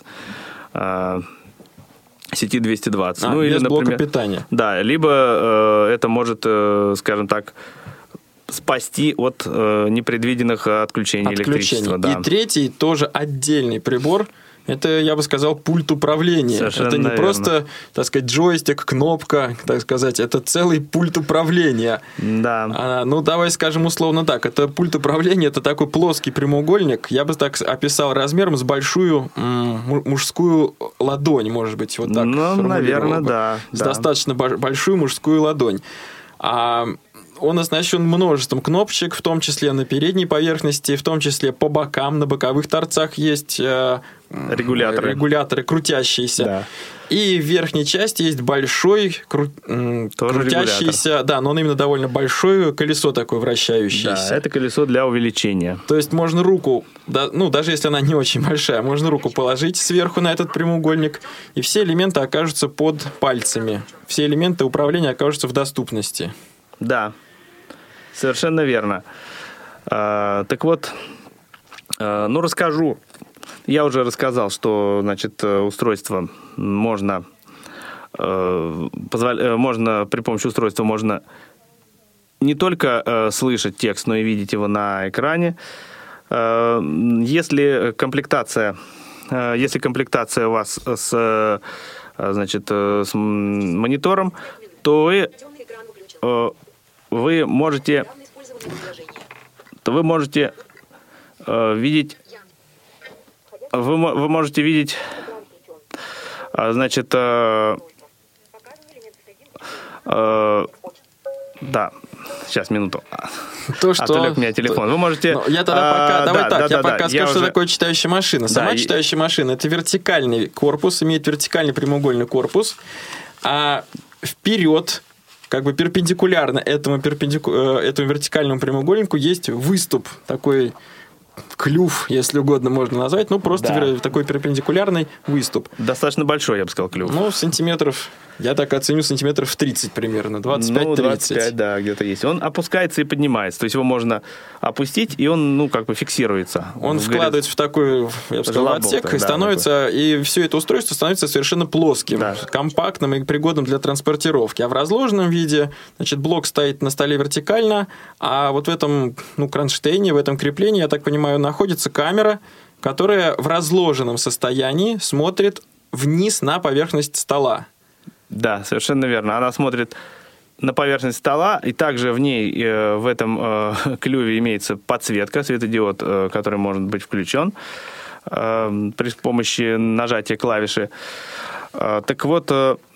Speaker 4: сети 220.
Speaker 3: Без блока питания.
Speaker 4: Да, либо это может, скажем так, спасти от непредвиденных отключений электричества. Да.
Speaker 3: И третий тоже отдельный прибор, Это, я бы сказал, пульт управления.
Speaker 4: Совершенно
Speaker 3: это не
Speaker 4: верно.
Speaker 3: просто, так сказать, джойстик, кнопка, так сказать, это целый пульт управления.
Speaker 4: Да.
Speaker 3: Ну, давай скажем условно так. Это пульт управления, это такой плоский прямоугольник. Я бы так описал размером с большую мужскую ладонь, может быть, вот так.
Speaker 4: Ну, наверное, да.
Speaker 3: С достаточно большую мужскую ладонь. Он оснащен множеством кнопочек, в том числе на передней поверхности, в том числе по бокам, на боковых торцах есть регуляторы крутящиеся. Да. И в верхней части есть большой крутящийся, регулятор. Да, но он именно довольно большое колесо такое вращающееся.
Speaker 4: Да, это колесо для увеличения.
Speaker 3: То есть можно руку, даже если она не очень большая, можно руку положить сверху на этот прямоугольник, и все элементы окажутся под пальцами. Все элементы управления окажутся в доступности.
Speaker 4: Да. Совершенно верно. Так вот, расскажу. Я уже рассказал, что, значит, устройство можно при помощи устройства можно не только слышать текст, но и видеть его на экране. Если комплектация у вас с монитором, то вы можете видеть, значит, да, сейчас, минуту. Отвлек меня телефон. Вы можете...
Speaker 3: Я тогда пока скажу, что такое читающая машина. Сама читающая машина — это вертикальный корпус, имеет вертикальный прямоугольный корпус, а вперед, как бы перпендикулярно этому вертикальному прямоугольнику, есть выступ, такой клюв, если угодно можно назвать, просто такой перпендикулярный выступ.
Speaker 4: Достаточно большой, я бы сказал, клюв.
Speaker 3: Сантиметров, я так оценю, сантиметров 30 примерно, 25-30.
Speaker 4: 25, да, где-то есть. Он опускается и поднимается, то есть его можно опустить, и он, фиксируется.
Speaker 3: Он вкладывается в такой, я бы сказал, отсек, и становится, и все это устройство становится совершенно плоским, компактным и пригодным для транспортировки. А в разложенном виде, значит, блок стоит на столе вертикально, а вот в этом, кронштейне, в этом креплении, я так понимаю, находится камера, которая в разложенном состоянии смотрит вниз на поверхность стола.
Speaker 4: Да, совершенно верно. Она смотрит на поверхность стола, и также в ней, в этом клюве имеется подсветка, светодиод, который может быть включен при помощи нажатия клавиши. Так вот,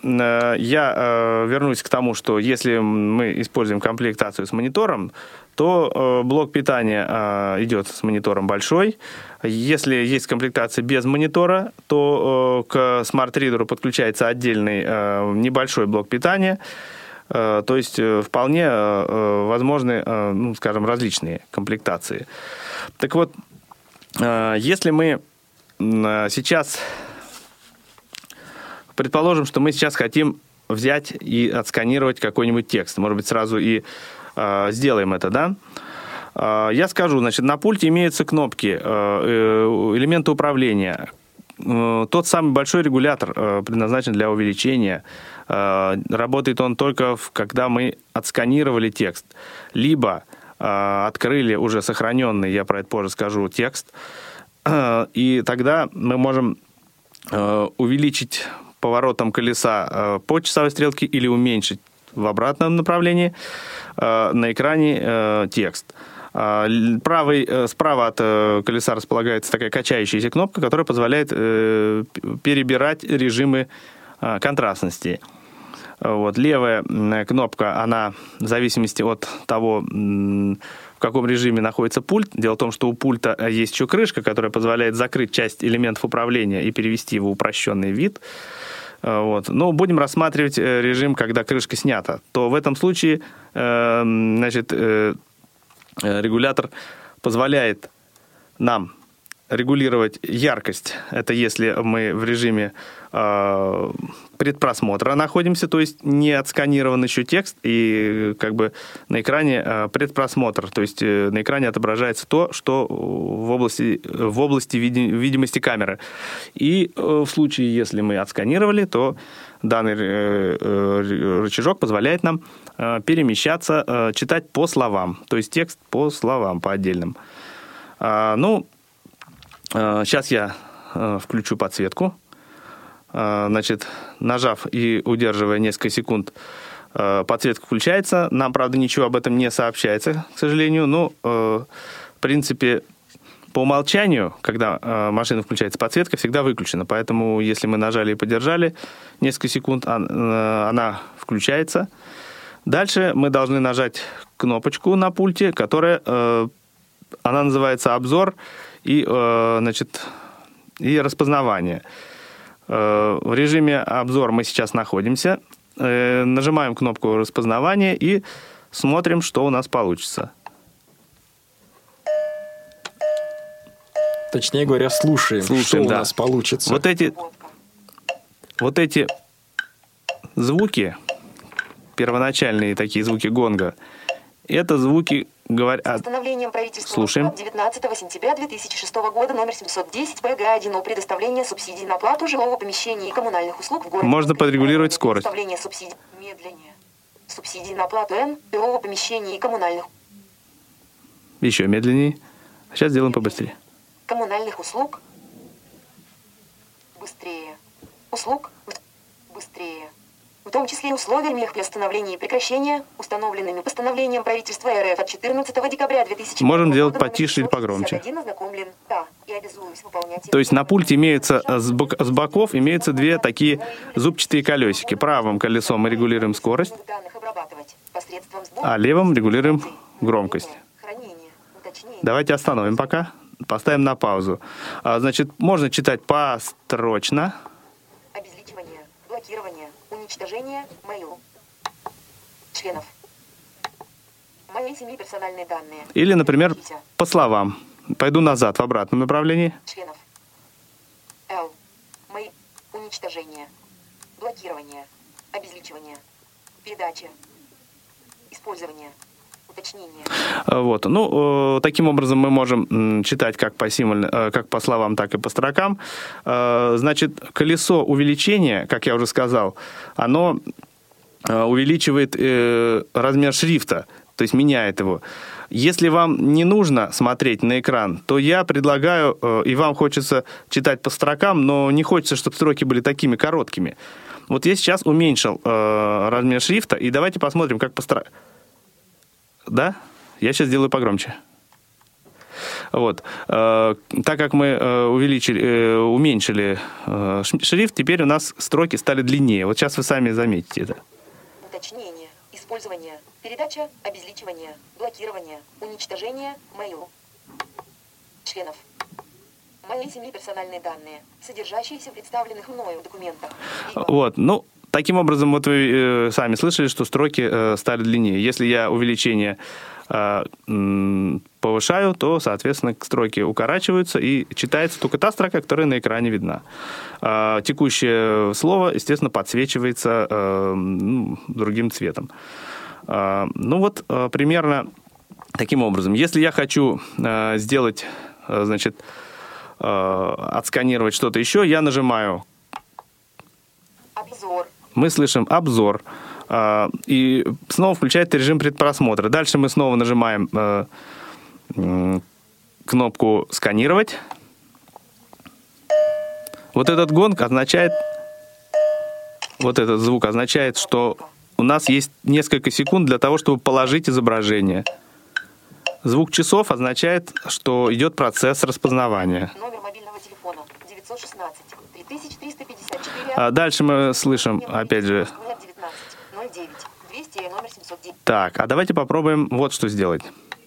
Speaker 4: я вернусь к тому, что если мы используем комплектацию с монитором, то блок питания идет с монитором большой. Если есть комплектация без монитора, то к смарт-ридеру подключается отдельный небольшой блок питания. То есть вполне возможны, различные комплектации. Так вот, если мы сейчас... Предположим, что мы сейчас хотим взять и отсканировать какой-нибудь текст. Может быть, сразу и сделаем это, да? Я скажу, значит, на пульте имеются кнопки, элементы управления. Тот самый большой регулятор предназначен для увеличения. Работает он только, когда мы отсканировали текст. Либо открыли уже сохраненный, я про это позже скажу, текст. И тогда мы можем увеличить поворотом колеса по часовой стрелке или уменьшить в обратном направлении на экране текст. Справа от колеса располагается такая качающаяся кнопка, которая позволяет перебирать режимы контрастности. Вот. Левая кнопка, она в зависимости от того, в каком режиме находится пульт. Дело в том, что у пульта есть еще крышка, которая позволяет закрыть часть элементов управления и перевести его в упрощенный вид. Вот. Но будем рассматривать режим, когда крышка снята. То в этом случае регулятор позволяет нам регулировать яркость. Это если мы в режиме предпросмотра находимся, то есть не отсканирован еще текст, и как бы на экране предпросмотр, то есть на экране отображается то, что в области видимости камеры. И в случае, если мы отсканировали, то данный рычажок позволяет нам перемещаться, читать по словам, то есть текст по словам, по отдельным. Сейчас я включу подсветку. Значит, нажав и удерживая несколько секунд, подсветка включается. Нам, правда, ничего об этом не сообщается, к сожалению. Но, в принципе, по умолчанию, когда машина включается, подсветка всегда выключена. Поэтому, если мы нажали и подержали несколько секунд, она включается. Дальше мы должны нажать кнопочку на пульте, которая, она называется «Обзор» и, значит, и «Распознавание». В режиме «Обзор» мы сейчас находимся. Нажимаем кнопку «Распознавание» и смотрим, что у нас получится.
Speaker 3: Точнее говоря, слушаем, что у нас получится.
Speaker 4: Вот эти звуки, первоначальные такие звуки гонга, это звуки говорят...
Speaker 5: Постановлением правительства
Speaker 4: Слушаем.
Speaker 5: 19 сентября 2006 года номер 710 ПГ-1 о предоставлении субсидий на оплату жилого помещения и коммунальных услуг в городе.
Speaker 4: Можно подрегулировать скорость.
Speaker 5: Предоставление субсидий медленнее. Субсидий на оплату жилого помещения и коммунальных.
Speaker 4: Еще медленнее. Сейчас сделаем побыстрее.
Speaker 5: Коммунальных услуг. Быстрее. Услуг. Быстрее. В том числе условиями их приостановления и прекращения, установленными постановлением правительства РФ от 14 декабря 2000 года.
Speaker 4: Можем сделать потише или погромче. То есть на пульте имеются с боков имеются две такие зубчатые колесики. Правым колесом мы регулируем скорость, а левым регулируем громкость. Давайте остановим пока. Поставим на паузу. Значит, можно читать построчно.
Speaker 5: Обезличивание, блокирование, уничтожение mail членов моей семьи, персональные данные.
Speaker 4: Или, например, по словам. Пойду назад в обратном направлении.
Speaker 5: Членов. L. Mail. Уничтожение. Блокирование. Обезличивание. Передача. Использование. Уточнение.
Speaker 4: Вот. Ну, таким образом мы можем читать как по словам, так и по строкам. Значит, колесо увеличения, как я уже сказал, оно увеличивает размер шрифта, то есть меняет его. Если вам не нужно смотреть на экран, то я предлагаю, и вам хочется читать по строкам, но не хочется, чтобы строки были такими короткими. Вот я сейчас уменьшил размер шрифта, и давайте посмотрим, как по строкам. Да? Я сейчас сделаю погромче. Вот. Так как мы уменьшили шрифт, теперь у нас строки стали длиннее. Вот сейчас вы сами заметите это.
Speaker 5: Уточнение, использование, передача, обезличивание, блокирование, уничтожение, mail членов моей семьи, персональные данные, содержащиеся в представленных мною документах.
Speaker 4: Вот, ну, таким образом, вот вы сами слышали, что строки стали длиннее. Если я увеличение повышаю, то, соответственно, строки укорачиваются, и читается только та строка, которая на экране видна. Текущее слово, естественно, подсвечивается другим цветом. Ну вот, примерно таким образом. Если я хочу сделать, значит, отсканировать что-то еще, я нажимаю
Speaker 5: обзор.
Speaker 4: Мы слышим «Обзор», и снова включается режим предпросмотра. Дальше мы снова нажимаем кнопку «Сканировать». Вот этот гонг означает, вот этот звук означает, что у нас есть несколько секунд для того, чтобы положить изображение. Звук часов означает, что идет процесс распознавания.
Speaker 5: Номер мобильного телефона 916 3354.
Speaker 4: Дальше мы слышим, опять же...
Speaker 5: 09 200 номер 709.
Speaker 4: Так, а давайте попробуем вот что сделать.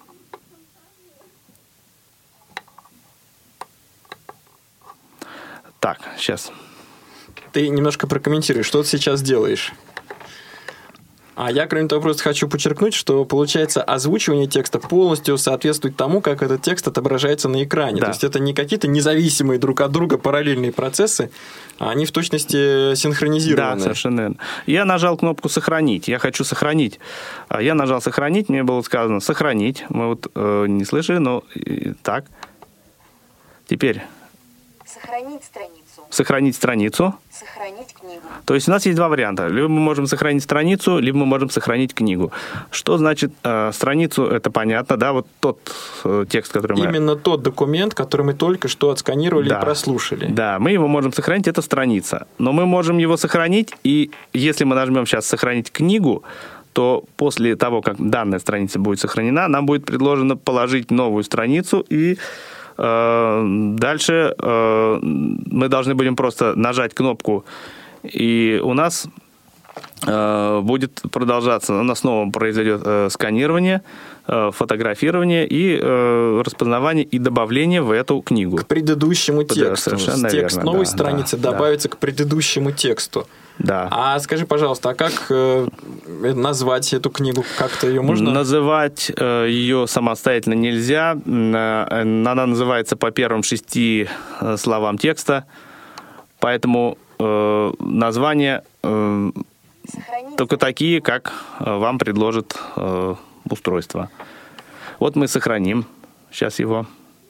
Speaker 4: Так, сейчас.
Speaker 3: Ты немножко прокомментируй, что ты сейчас делаешь. А я, кроме того, просто хочу подчеркнуть, что, получается, озвучивание текста полностью соответствует тому, как этот текст отображается на экране.
Speaker 4: Да.
Speaker 3: То есть это не какие-то независимые друг от друга параллельные процессы, а они в точности синхронизированы.
Speaker 4: Да, совершенно верно. Я нажал кнопку «Сохранить». Я хочу сохранить. Я нажал «Сохранить», мне было сказано «Сохранить». Мы вот не слышали, но так. Теперь
Speaker 5: Сохранить страницу.
Speaker 4: Сохранить страницу.
Speaker 5: Сохранить книгу.
Speaker 4: То есть у нас есть два варианта. Либо мы можем сохранить страницу, либо мы можем сохранить книгу. Что значит страницу? Это понятно, да? Вот тот текст, который мы...
Speaker 3: Именно тот документ, который мы только что отсканировали и прослушали.
Speaker 4: Да, мы его можем сохранить, это страница. Но мы можем его сохранить, и если мы нажмем сейчас «Сохранить книгу», то после того, как данная страница будет сохранена, нам будет предложено положить новую страницу, и дальше мы должны будем просто нажать кнопку, и у нас будет продолжаться, у нас снова произойдет сканирование, фотографирование и распознавание и добавление в эту книгу.
Speaker 3: К предыдущему тексту.
Speaker 4: Совершенно
Speaker 3: текст
Speaker 4: верно,
Speaker 3: новой страницы добавится к предыдущему тексту.
Speaker 4: Да.
Speaker 3: А скажи, пожалуйста, а как назвать эту книгу? Как-то ее можно?
Speaker 4: Называть ее самостоятельно нельзя. Она называется по первым 6 словам текста. Поэтому названия только такие, как вам предложит устройство. Вот мы сохраним сейчас его.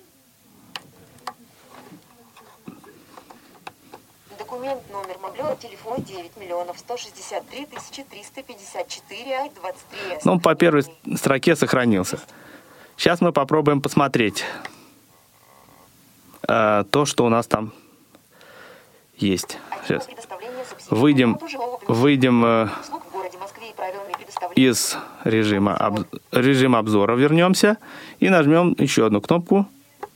Speaker 5: Документ номер мобильного телефона 9 163 354 23.
Speaker 4: Ну, по первой строке сохранился. Сейчас мы попробуем посмотреть то, что у нас там есть. Сейчас. Выйдем из режима обзора, вернемся и нажмем еще одну кнопку.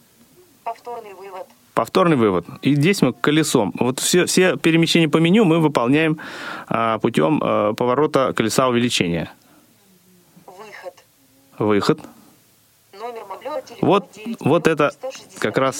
Speaker 4: Повторный вывод. И здесь мы колесом. Вот все перемещения по меню мы выполняем путем поворота колеса увеличения. Выход. Вот это как раз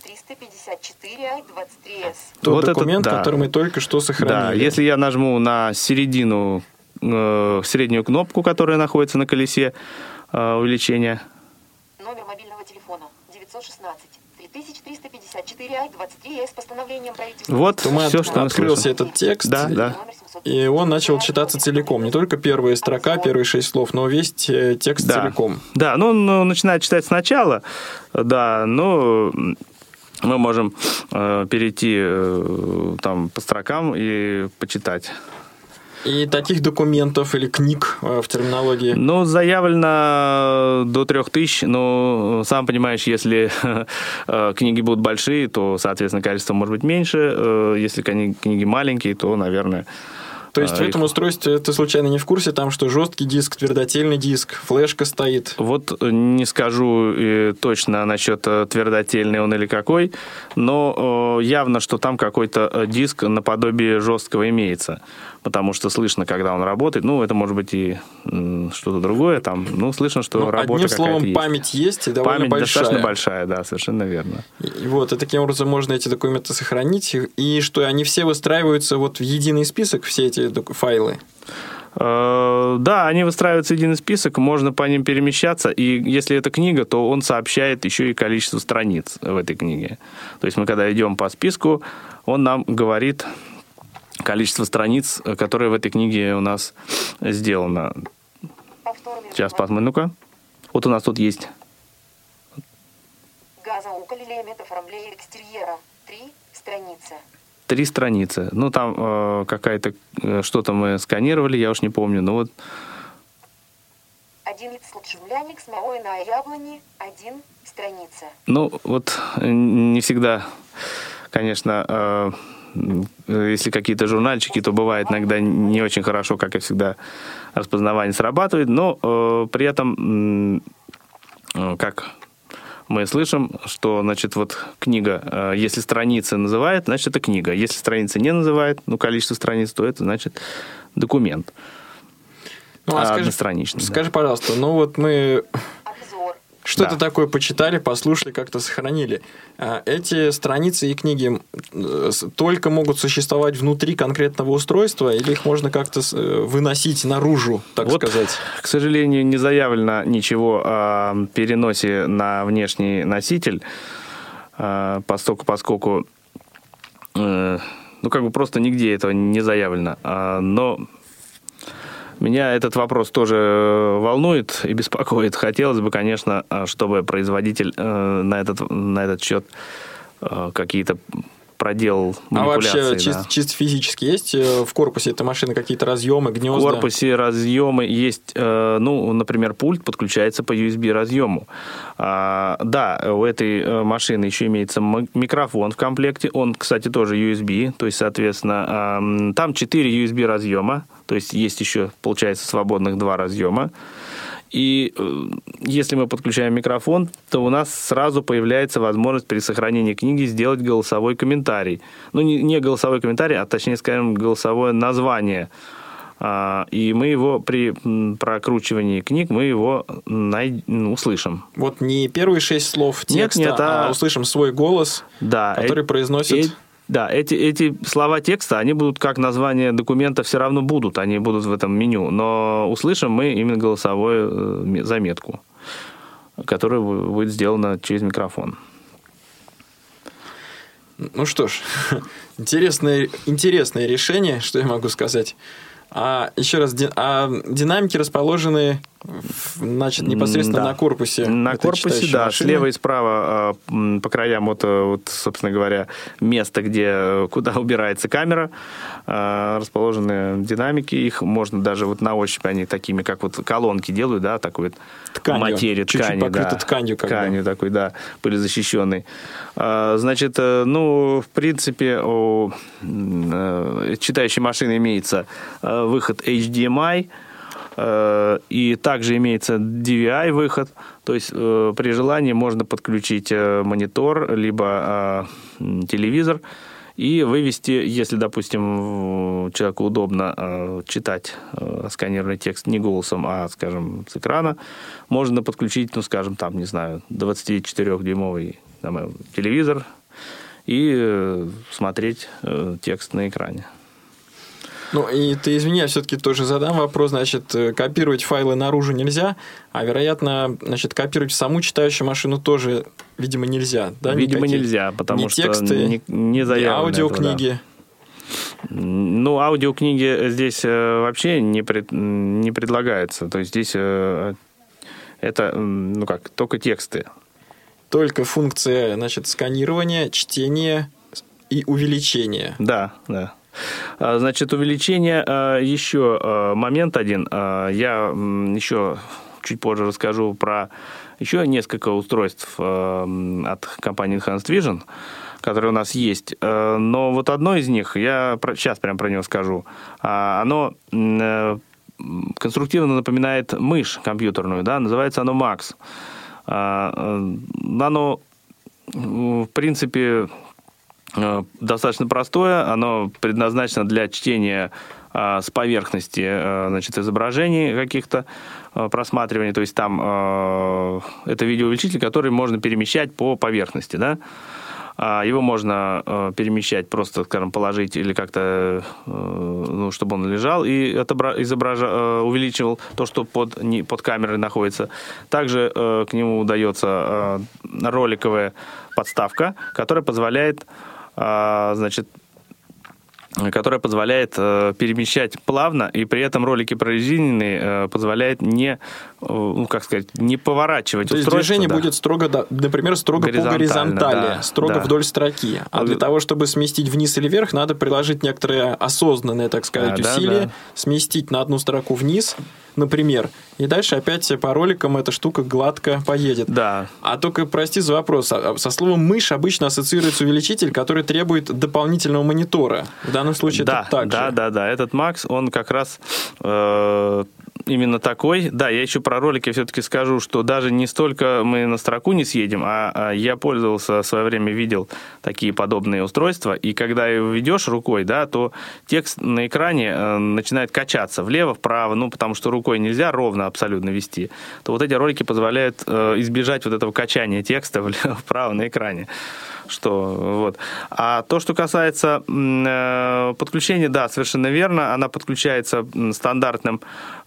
Speaker 3: тот документ, который мы только что сохранили.
Speaker 4: Да, если я нажму на середину, среднюю кнопку, которая находится на колесе увеличения.
Speaker 5: Номер мобильного телефона 916 3354 23 с постановлением правительства.
Speaker 4: Вот все, что
Speaker 3: открылся этот текст.
Speaker 4: Да.
Speaker 3: И он начал читаться целиком. Не только первая строка, первые 6 слов, но весь текст целиком.
Speaker 4: Да, ну он начинает читать сначала, да, но мы можем перейти там по строкам и почитать.
Speaker 3: И таких документов или книг в терминологии?
Speaker 4: Ну, заявлено до 3000, но, сам понимаешь, если книги будут большие, то, соответственно, количество может быть меньше. Если книги маленькие, то, наверное...
Speaker 3: То есть в этом устройстве ты случайно не в курсе, там что жесткий диск, твердотельный диск, флешка стоит?
Speaker 4: Вот не скажу точно насчет твердотельный он или какой, но явно, что там какой-то диск наподобие жесткого имеется, потому что слышно, когда он работает. Ну, это может быть и что-то другое, там, ну, слышно, что работа какая-то есть.
Speaker 3: Одним словом, память есть и довольно большая.
Speaker 4: Память достаточно большая, да, совершенно верно.
Speaker 3: И вот, и таким образом можно эти документы сохранить, и что они все выстраиваются вот в единый список, все эти файлы?
Speaker 4: Да, они выстраиваются в единый список, можно по ним перемещаться, и если это книга, то он сообщает еще и количество страниц в этой книге. То есть мы, когда идем по списку, он нам говорит количество страниц, которые в этой книге у нас сделано. Сейчас посмотрим, ну-ка. Вот у нас тут есть...
Speaker 5: Оформление экстерьера. 3 страницы.
Speaker 4: 3 страницы. Ну, там какая-то... Что-то мы сканировали, я уж не помню, но вот...
Speaker 5: 1 жемляник с малой на яблони, 1 страница.
Speaker 4: Ну, вот не всегда, конечно... Если какие-то журнальчики, то бывает иногда не очень хорошо, как и всегда, распознавание срабатывает, но при этом, как мы слышим, что, значит, вот книга, если страницы называет, значит, это книга. Если страницы не называет, ну, количество страниц, то это, значит, документ.
Speaker 3: Ну,
Speaker 4: одностраничный.
Speaker 3: Скажи, пожалуйста, ну вот мы... Что-то такое почитали, послушали, как-то сохранили. Эти страницы и книги только могут существовать внутри конкретного устройства, или их можно как-то выносить наружу, так сказать?
Speaker 4: К сожалению, не заявлено ничего о переносе на внешний носитель, поскольку просто нигде этого не заявлено. Но меня этот вопрос тоже волнует и беспокоит. Хотелось бы, конечно, чтобы производитель на этот счет какие-то проделал манипуляции.
Speaker 3: А вообще чисто физически есть в корпусе этой машины какие-то разъемы, гнезда?
Speaker 4: В корпусе разъемы есть, например, пульт подключается по USB-разъему. Да, у этой машины еще имеется микрофон в комплекте, он, кстати, тоже USB, то есть, соответственно, там 4 USB-разъема, то есть есть еще, получается, свободных 2 разъема. И если мы подключаем микрофон, то у нас сразу появляется возможность при сохранении книги сделать голосовой комментарий. Ну, не голосовой комментарий, а точнее, скажем, голосовое название. И мы его при прокручивании книг, мы его услышим.
Speaker 3: Вот не первые 6 слов текста, а услышим свой голос, который произносит...
Speaker 4: Да, эти слова текста, они будут как название документа все равно будут, они будут в этом меню, но услышим мы именно голосовую заметку, которая будет сделана через микрофон.
Speaker 3: Ну что ж, интересное решение, что я могу сказать. Еще раз, динамики расположены, значит, непосредственно на корпусе.
Speaker 4: На корпусе, да, машины. Слева и справа по краям, вот, собственно говоря, место, куда убирается камера, расположены динамики. Их можно даже вот на ощупь, они такими, как вот колонки делают, да, такой вот материи,
Speaker 3: чуть-чуть покрыто тканью.
Speaker 4: Тканью такой, да, пылезащищенной. Значит, в принципе, у читающей машины имеется выход HDMI, и также имеется DVI-выход, то есть при желании можно подключить монитор, либо телевизор и вывести, если, допустим, человеку удобно читать сканерный текст не голосом, а, скажем, с экрана, можно подключить, 24-дюймовый телевизор и смотреть текст на экране.
Speaker 3: Ну, и ты извини, я все-таки тоже задам вопрос. Значит, копировать файлы наружу нельзя, а, вероятно, копировать в саму читающую машину тоже, видимо, нельзя, да?
Speaker 4: Видимо, нельзя, потому что
Speaker 3: тексты,
Speaker 4: не заявлено.
Speaker 3: Ни аудиокниги.
Speaker 4: Да. Аудиокниги здесь вообще не предлагается. То есть здесь это, только тексты.
Speaker 3: Только функция, сканирования, чтения и увеличения.
Speaker 4: Да. Значит, увеличение, еще момент один. Я еще чуть позже расскажу про еще несколько устройств от компании Enhanced Vision, которые у нас есть. Но вот одно из них, я сейчас прям про него скажу, оно конструктивно напоминает мышь компьютерную, да, называется оно Max. Оно, в принципе, достаточно простое, оно предназначено для чтения с поверхности, изображений каких-то, просматривания, то есть там это видеоувеличитель, который можно перемещать по поверхности, да. Его можно перемещать, просто, скажем, положить или как-то, чтобы он лежал и увеличивал то, что под камерой находится. Также к нему дается роликовая подставка, которая позволяет перемещать плавно, и при этом ролики прорезиненные позволяет не поворачивать устройство.
Speaker 3: То есть движение будет строго, например, строго по горизонтали, строго вдоль строки. А для того, чтобы сместить вниз или вверх, надо приложить некоторое осознанное, усилие, сместить на одну строку вниз, например, и дальше опять по роликам эта штука гладко поедет.
Speaker 4: Да.
Speaker 3: А только, прости за вопрос, со словом «мышь» обычно ассоциируется увеличитель, который требует дополнительного монитора. В данном случае это так же.
Speaker 4: Да. Этот Max, он как раз именно такой. Да, я еще про ролики все-таки скажу, что даже не столько мы на строку не съедем, а я пользовался в свое время, видел такие подобные устройства, и когда его ведешь рукой, да, то текст на экране начинает качаться влево-вправо, потому что рукой нельзя ровно абсолютно вести, то вот эти ролики позволяют избежать вот этого качания текста влево-вправо на экране. А то, что касается подключения, да, совершенно верно, она подключается стандартным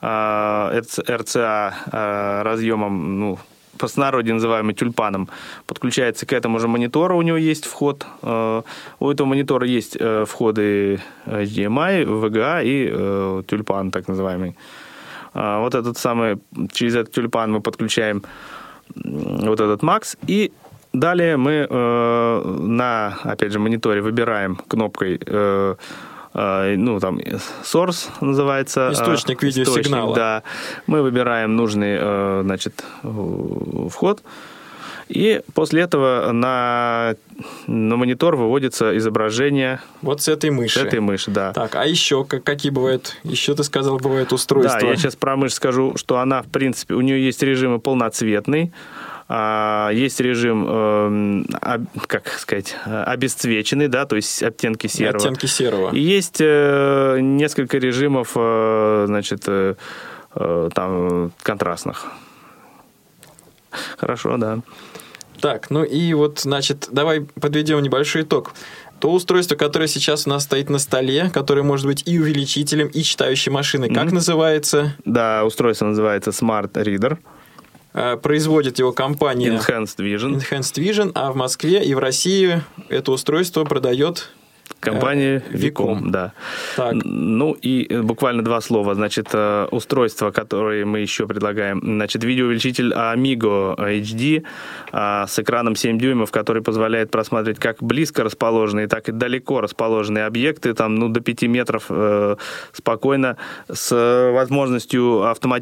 Speaker 4: RCA разъемом, в простонародье называемый тюльпаном, подключается к этому же монитору, у него есть вход. У этого монитора есть входы HDMI, VGA и тюльпан, так называемый. Через этот тюльпан мы подключаем вот этот Max, и Далее мы на, опять же, мониторе выбираем кнопкой source называется.
Speaker 3: Источник видеосигнала.
Speaker 4: Да. Мы выбираем нужный, вход. И после этого на монитор выводится изображение.
Speaker 3: Вот с этой мыши.
Speaker 4: С этой мыши, да.
Speaker 3: Так, а еще какие бывают? Еще ты сказал, бывают устройства.
Speaker 4: Да, я сейчас про мышь скажу, что она, в принципе, у нее есть режимы полноцветный, есть режим, обесцвеченный, да, то есть оттенки серого.
Speaker 3: Оттенки серого.
Speaker 4: И есть несколько режимов, контрастных. Хорошо, да.
Speaker 3: Так, ну и вот, давай подведем небольшой итог. То устройство, которое сейчас у нас стоит на столе, которое может быть и увеличителем, и читающей машиной, как называется?
Speaker 4: Да, устройство называется Smart Reader.
Speaker 3: Производит его компания
Speaker 4: Enhanced Vision,
Speaker 3: а в Москве и в России это устройство продает
Speaker 4: компания Wacom, да. Так. Ну и буквально два слова. Устройство, которое мы еще предлагаем. Видеоувеличитель Amigo HD с экраном 7 дюймов, который позволяет просматривать как близко расположенные, так и далеко расположенные объекты, до 5 метров спокойно, с возможностью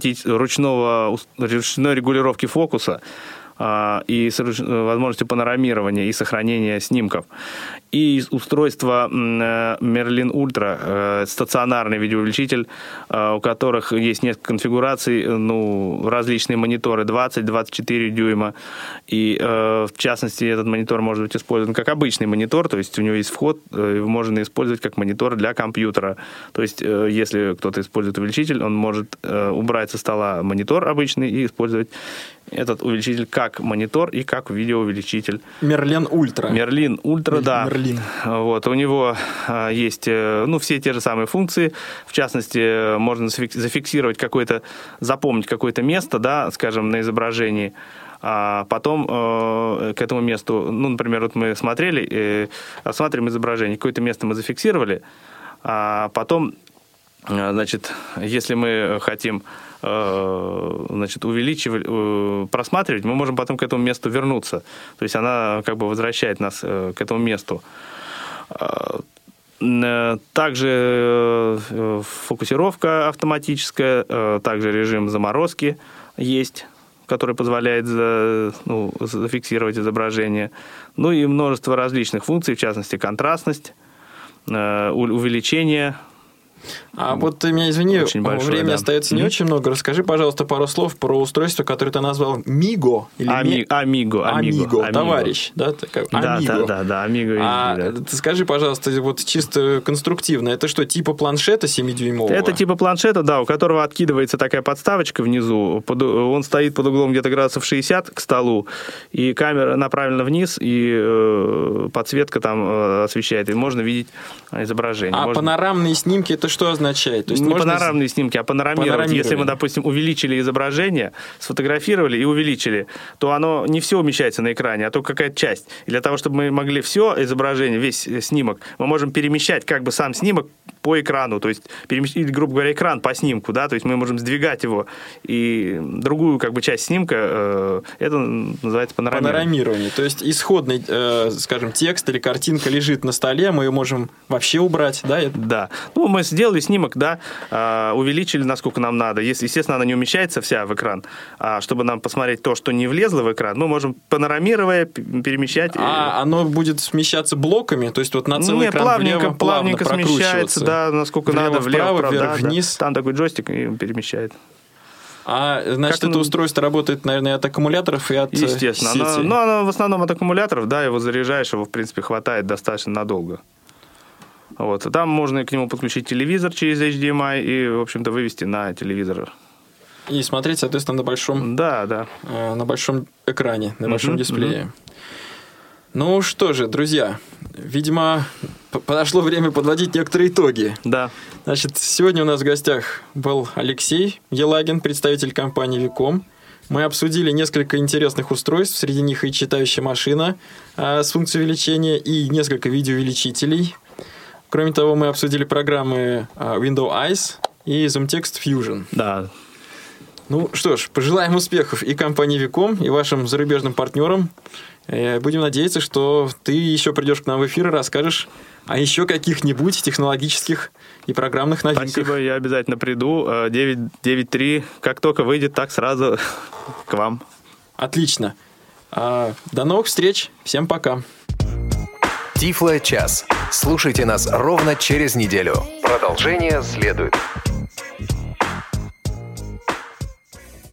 Speaker 4: ручной регулировки фокуса и с возможностью панорамирования и сохранения снимков. И устройство Merlin Ultra, стационарный видеоувеличитель, у которых есть несколько конфигураций, различные мониторы 20-24 дюйма. И, в частности, этот монитор может быть использован как обычный монитор, то есть у него есть вход, его можно использовать как монитор для компьютера. То есть, если кто-то использует увеличитель, он может убрать со стола монитор обычный и использовать этот увеличитель как монитор и как видеоувеличитель.
Speaker 3: Merlin Ultra.
Speaker 4: Merlin Ultra, да.
Speaker 3: Merlin.
Speaker 4: Вот, у него есть все те же самые функции. В частности, можно зафиксировать запомнить какое-то место, да, скажем, на изображении. А потом к этому месту, например, вот мы рассматриваем изображение, какое-то место мы зафиксировали, а потом, если мы хотим увеличивать, просматривать, мы можем потом к этому месту вернуться. То есть она возвращает нас к этому месту. Также фокусировка автоматическая, также режим заморозки есть, который позволяет зафиксировать изображение. Ну и множество различных функций, в частности, контрастность, увеличение.
Speaker 3: А вот ты меня извини, времени остается не очень много. Расскажи, пожалуйста, пару слов про устройство, которое ты назвал Migo.
Speaker 4: Amigo,
Speaker 3: товарищ. Да, Amigo.
Speaker 4: Да, Amigo.
Speaker 3: Ты скажи, пожалуйста, вот чисто конструктивно, это что, типа планшета 7-дюймового?
Speaker 4: Это типа планшета, да, у которого откидывается такая подставочка внизу. Он стоит под углом где-то градусов 60 к столу, и камера направлена вниз, и подсветка там освещает, и можно видеть изображение.
Speaker 3: А панорамные снимки, это что означает? То есть
Speaker 4: не панорамные снимки, а панорамировать. Если мы, допустим, увеличили изображение, сфотографировали и увеличили, то оно не все умещается на экране, а только какая-то часть. И для того, чтобы мы могли все изображение, весь снимок, мы можем перемещать сам снимок по экрану, то есть переместить, грубо говоря, экран по снимку, да, то есть мы можем сдвигать его, и другую часть снимка, это называется панорамирование.
Speaker 3: То есть исходный, скажем, текст или картинка лежит на столе, мы ее можем вообще убрать, да?
Speaker 4: Да. Мы сделали снимок, да, увеличили, насколько нам надо. Естественно, она не умещается вся в экран, а чтобы нам посмотреть то, что не влезло в экран, мы можем, панорамируя, перемещать.
Speaker 3: А оно будет смещаться блоками? То есть вот на целый экран влево плавно
Speaker 4: смещается, да, насколько надо,
Speaker 3: влево, вверх, вниз.
Speaker 4: Там такой джойстик и перемещает.
Speaker 3: Это устройство работает, наверное, от аккумуляторов и от
Speaker 4: естественно,
Speaker 3: сети?
Speaker 4: Оно в основном от аккумуляторов, да, его заряжаешь, его, в принципе, хватает достаточно надолго. Вот. Там можно к нему подключить телевизор через HDMI и, в общем-то, вывести на телевизор.
Speaker 3: И смотреть, соответственно, на большом, на большом экране, на большом дисплее. Ну что же, друзья, видимо, подошло время подводить некоторые итоги.
Speaker 4: Да.
Speaker 3: Сегодня у нас в гостях был Алексей Елагин, представитель компании Wacom. Мы обсудили несколько интересных устройств, среди них и читающая машина с функцией увеличения, и несколько видеоувеличителей. Кроме того, мы обсудили программы Windows Eyes и ZoomText Fusion.
Speaker 4: Да.
Speaker 3: Ну что ж, пожелаем успехов и компании Виком, и вашим зарубежным партнерам. Будем надеяться, что ты еще придешь к нам в эфир и расскажешь о еще каких-нибудь технологических и программных новинках.
Speaker 4: Спасибо, я обязательно приду. 9.3, как только выйдет, так сразу к вам.
Speaker 3: Отлично. До новых встреч. Всем пока.
Speaker 2: Тифло час. Слушайте нас ровно через неделю. Продолжение следует.